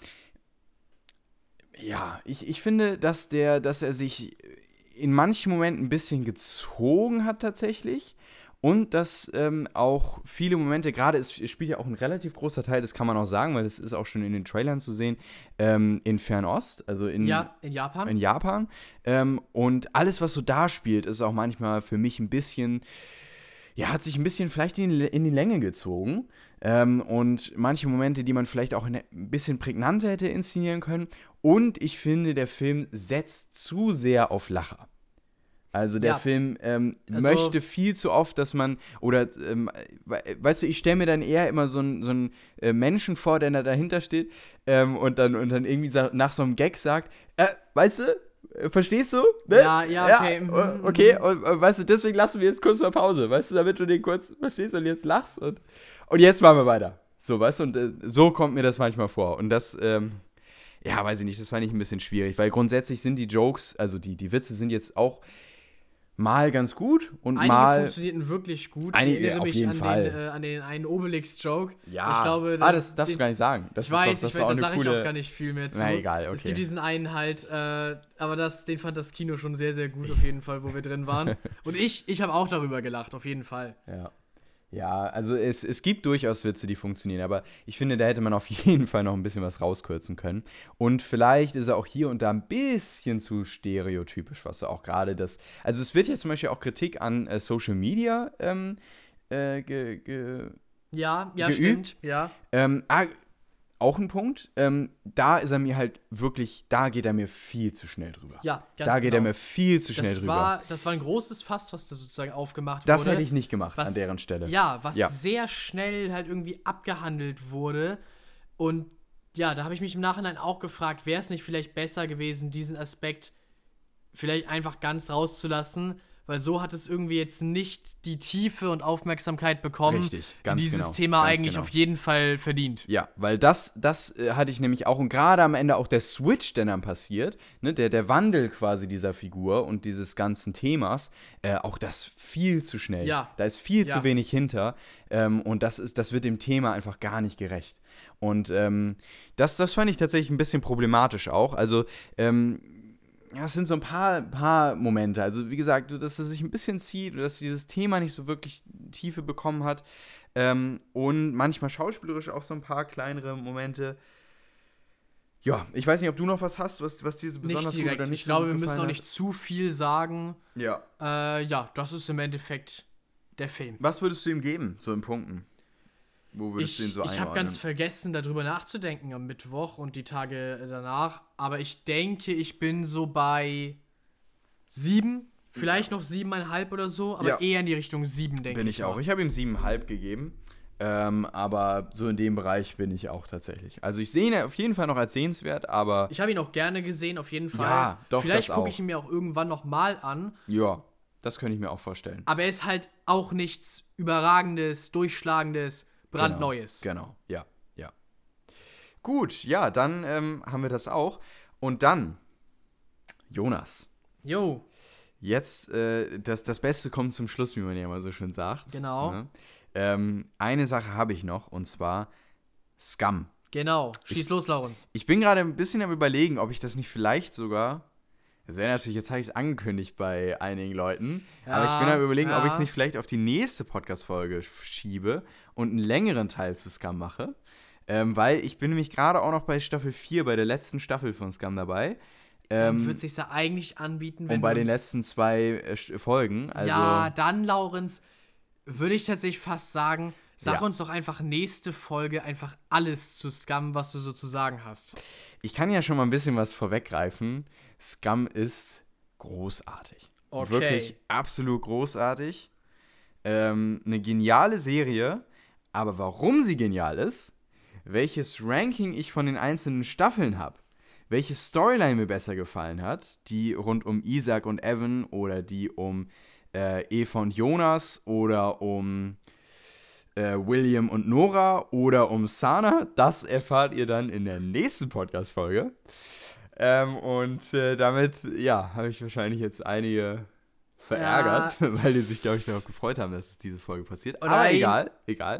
ja, ich finde, dass er sich in manchen Momenten ein bisschen gezogen hat tatsächlich. Und dass auch viele Momente, gerade es spielt ja auch ein relativ großer Teil, das kann man auch sagen, weil das ist auch schon in den Trailern zu sehen, in Fernost, also in Japan. In Japan. Und alles, was so da spielt, ist auch manchmal für mich ein bisschen, ja, hat sich ein bisschen vielleicht in die Länge gezogen. Und manche Momente, die man vielleicht auch ein bisschen prägnanter hätte inszenieren können. Und ich finde, der Film setzt zu sehr auf Lacher. Also der Film möchte viel zu oft, dass man, oder, weißt du, ich stelle mir dann eher immer so einen Menschen vor, der da dahinter steht und dann irgendwie nach so einem Gag sagt, weißt du, verstehst du? Ne? Ja, okay. Okay, und weißt du, deswegen lassen wir jetzt kurz mal Pause, weißt du, damit du den kurz verstehst und jetzt lachst und jetzt machen wir weiter. So, weißt du, und so kommt mir das manchmal vor. Und das, ja, weiß ich nicht, das fand ich ein bisschen schwierig, weil grundsätzlich sind die Jokes, also die Witze sind jetzt auch mal ganz gut und einige mal funktionierten wirklich gut. Einige, ich erinnere auf mich jeden Fall. An den einen Obelix-Joke. Ja, ich glaube, das darfst du gar nicht sagen. Das ich weiß, das da sage ich coole... auch gar nicht viel mehr zu. Na egal, okay. Es gibt diesen einen halt, aber den fand das Kino schon sehr, sehr gut auf jeden Fall, wo wir drin waren. Und ich habe auch darüber gelacht, auf jeden Fall. Ja, also es gibt durchaus Witze, die funktionieren, aber ich finde, da hätte man auf jeden Fall noch ein bisschen was rauskürzen können. Und vielleicht ist er auch hier und da ein bisschen zu stereotypisch, was du auch gerade das. Also es wird jetzt zum Beispiel auch Kritik an Social Media Ja, geübt. stimmt, ja. Auch ein Punkt. Da ist er mir halt wirklich, da geht er mir viel zu schnell drüber. Ja, ganz Da geht er genau. mir viel zu schnell drüber. Das war ein großes Fass, was da sozusagen aufgemacht wurde. Das hätte ich nicht gemacht an deren Stelle. Ja, was sehr schnell halt irgendwie abgehandelt wurde. Und ja, da habe ich mich im Nachhinein auch gefragt, wäre es nicht vielleicht besser gewesen, diesen Aspekt vielleicht einfach ganz rauszulassen, weil so hat es irgendwie jetzt nicht die Tiefe und Aufmerksamkeit bekommen, Richtig, ganz die dieses genau, Thema ganz eigentlich genau. auf jeden Fall verdient. Ja, weil das hatte ich nämlich auch, und gerade am Ende auch der Switch, der dann passiert, ne, der Wandel quasi dieser Figur und dieses ganzen Themas, auch das viel zu schnell. Ja. Da ist viel zu wenig hinter und das wird dem Thema einfach gar nicht gerecht. Und das fand ich tatsächlich ein bisschen problematisch auch. Also, ja, es sind so ein paar Momente. Also, wie gesagt, dass es sich ein bisschen zieht, dass dieses Thema nicht so wirklich Tiefe bekommen hat. Und manchmal schauspielerisch auch so ein paar kleinere Momente. Ja, ich weiß nicht, ob du noch was hast, was dir so besonders Nicht direkt. gut oder nicht Ich glaube, wir gut müssen gefallen noch hat. nicht zu viel sagen. Ja. Ja, das ist im Endeffekt der Film. Was würdest du ihm geben, so in Punkten? Wo würdest du ihn so Ich habe einordnen? ganz vergessen, darüber nachzudenken am Mittwoch und die Tage danach. Aber ich denke, ich bin so bei 7, vielleicht noch 7,5 oder so, aber eher in die Richtung 7, denke ich. Bin ich auch. Ich habe ihm 7,5 gegeben. Aber so in dem Bereich bin ich auch tatsächlich. Also ich sehe ihn auf jeden Fall noch als sehenswert, aber Ich habe ihn auch gerne gesehen, auf jeden Fall. Ja, doch, vielleicht das gucke auch. ich ihn mir auch irgendwann nochmal an. ja, das könnte ich mir auch vorstellen. Aber er ist halt auch nichts Überragendes, Durchschlagendes, Brandneues. Genau, ja. Gut, ja, dann haben wir das auch. Und dann, Jonas. Jo, Jetzt, das Beste kommt zum Schluss, wie man ja immer so schön sagt. Genau. Ne? Eine Sache habe ich noch, und zwar Scum. genau. Schieß los, Laurens. Ich bin gerade ein bisschen am Überlegen, ob ich das nicht vielleicht sogar Das wäre natürlich, jetzt habe ich es angekündigt bei einigen Leuten, Ja, aber ich bin am Überlegen, ob ich es ja. nicht vielleicht auf die nächste Podcast-Folge schiebe und einen längeren Teil zu Scum mache. Weil ich bin nämlich gerade auch noch bei Staffel 4, bei der letzten Staffel von Scum dabei. Dann würde es sich ja eigentlich anbieten, wenn Und bei wir den uns- letzten 2 Folgen. Also, Ja, dann, Laurenz, würde ich tatsächlich fast sagen, sag Ja. uns doch einfach nächste Folge einfach alles zu Scum, was du so zu sagen hast. ich kann ja schon mal ein bisschen was vorweggreifen. Scum ist großartig. Okay. Wirklich absolut großartig. Eine geniale Serie. Aber warum sie genial ist, welches Ranking ich von den einzelnen Staffeln habe, welche Storyline mir besser gefallen hat, die rund um Isaac und Evan oder die um Eva und Jonas oder um William und Nora oder um Sana, das erfahrt ihr dann in der nächsten Podcast-Folge. Damit, ja, habe ich wahrscheinlich jetzt einige verärgert, weil die sich, glaube ich, darauf gefreut haben, dass es diese Folge passiert. Oder Aber ein- egal.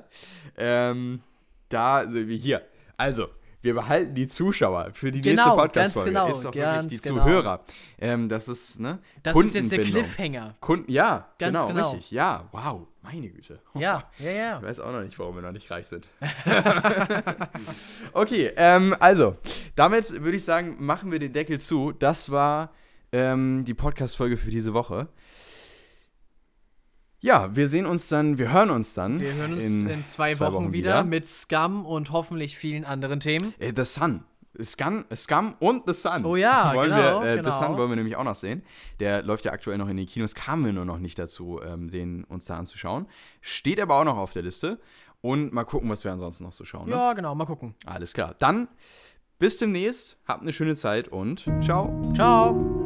Also, wir behalten die Zuschauer für die nächste Genau, Podcast-Folge. ganz genau, Ist doch ganz wirklich die genau. Zuhörer. Das ist, ne? Das ist jetzt der Kundenbindung. Cliffhanger. Ja, Ganz genau. richtig. Ja, wow, meine Güte. Ja. Ich weiß auch noch nicht, warum wir noch nicht reich sind. Okay, also, damit würde ich sagen, machen wir den Deckel zu. Das war die Podcast-Folge für diese Woche. Ja, wir hören uns dann Wir hören uns in 2 Wochen Wochen wieder mit Scum und hoffentlich vielen anderen Themen. The Sun. Scum und The Sun. Oh ja, The genau. Sun wollen wir nämlich auch noch sehen. Der läuft ja aktuell noch in den Kinos, kamen wir nur noch nicht dazu, den uns da anzuschauen. Steht aber auch noch auf der Liste. Und mal gucken, was wir ansonsten noch so schauen. Ne? Ja, genau, mal gucken. Alles klar. Dann bis demnächst. Habt eine schöne Zeit und ciao. Ciao.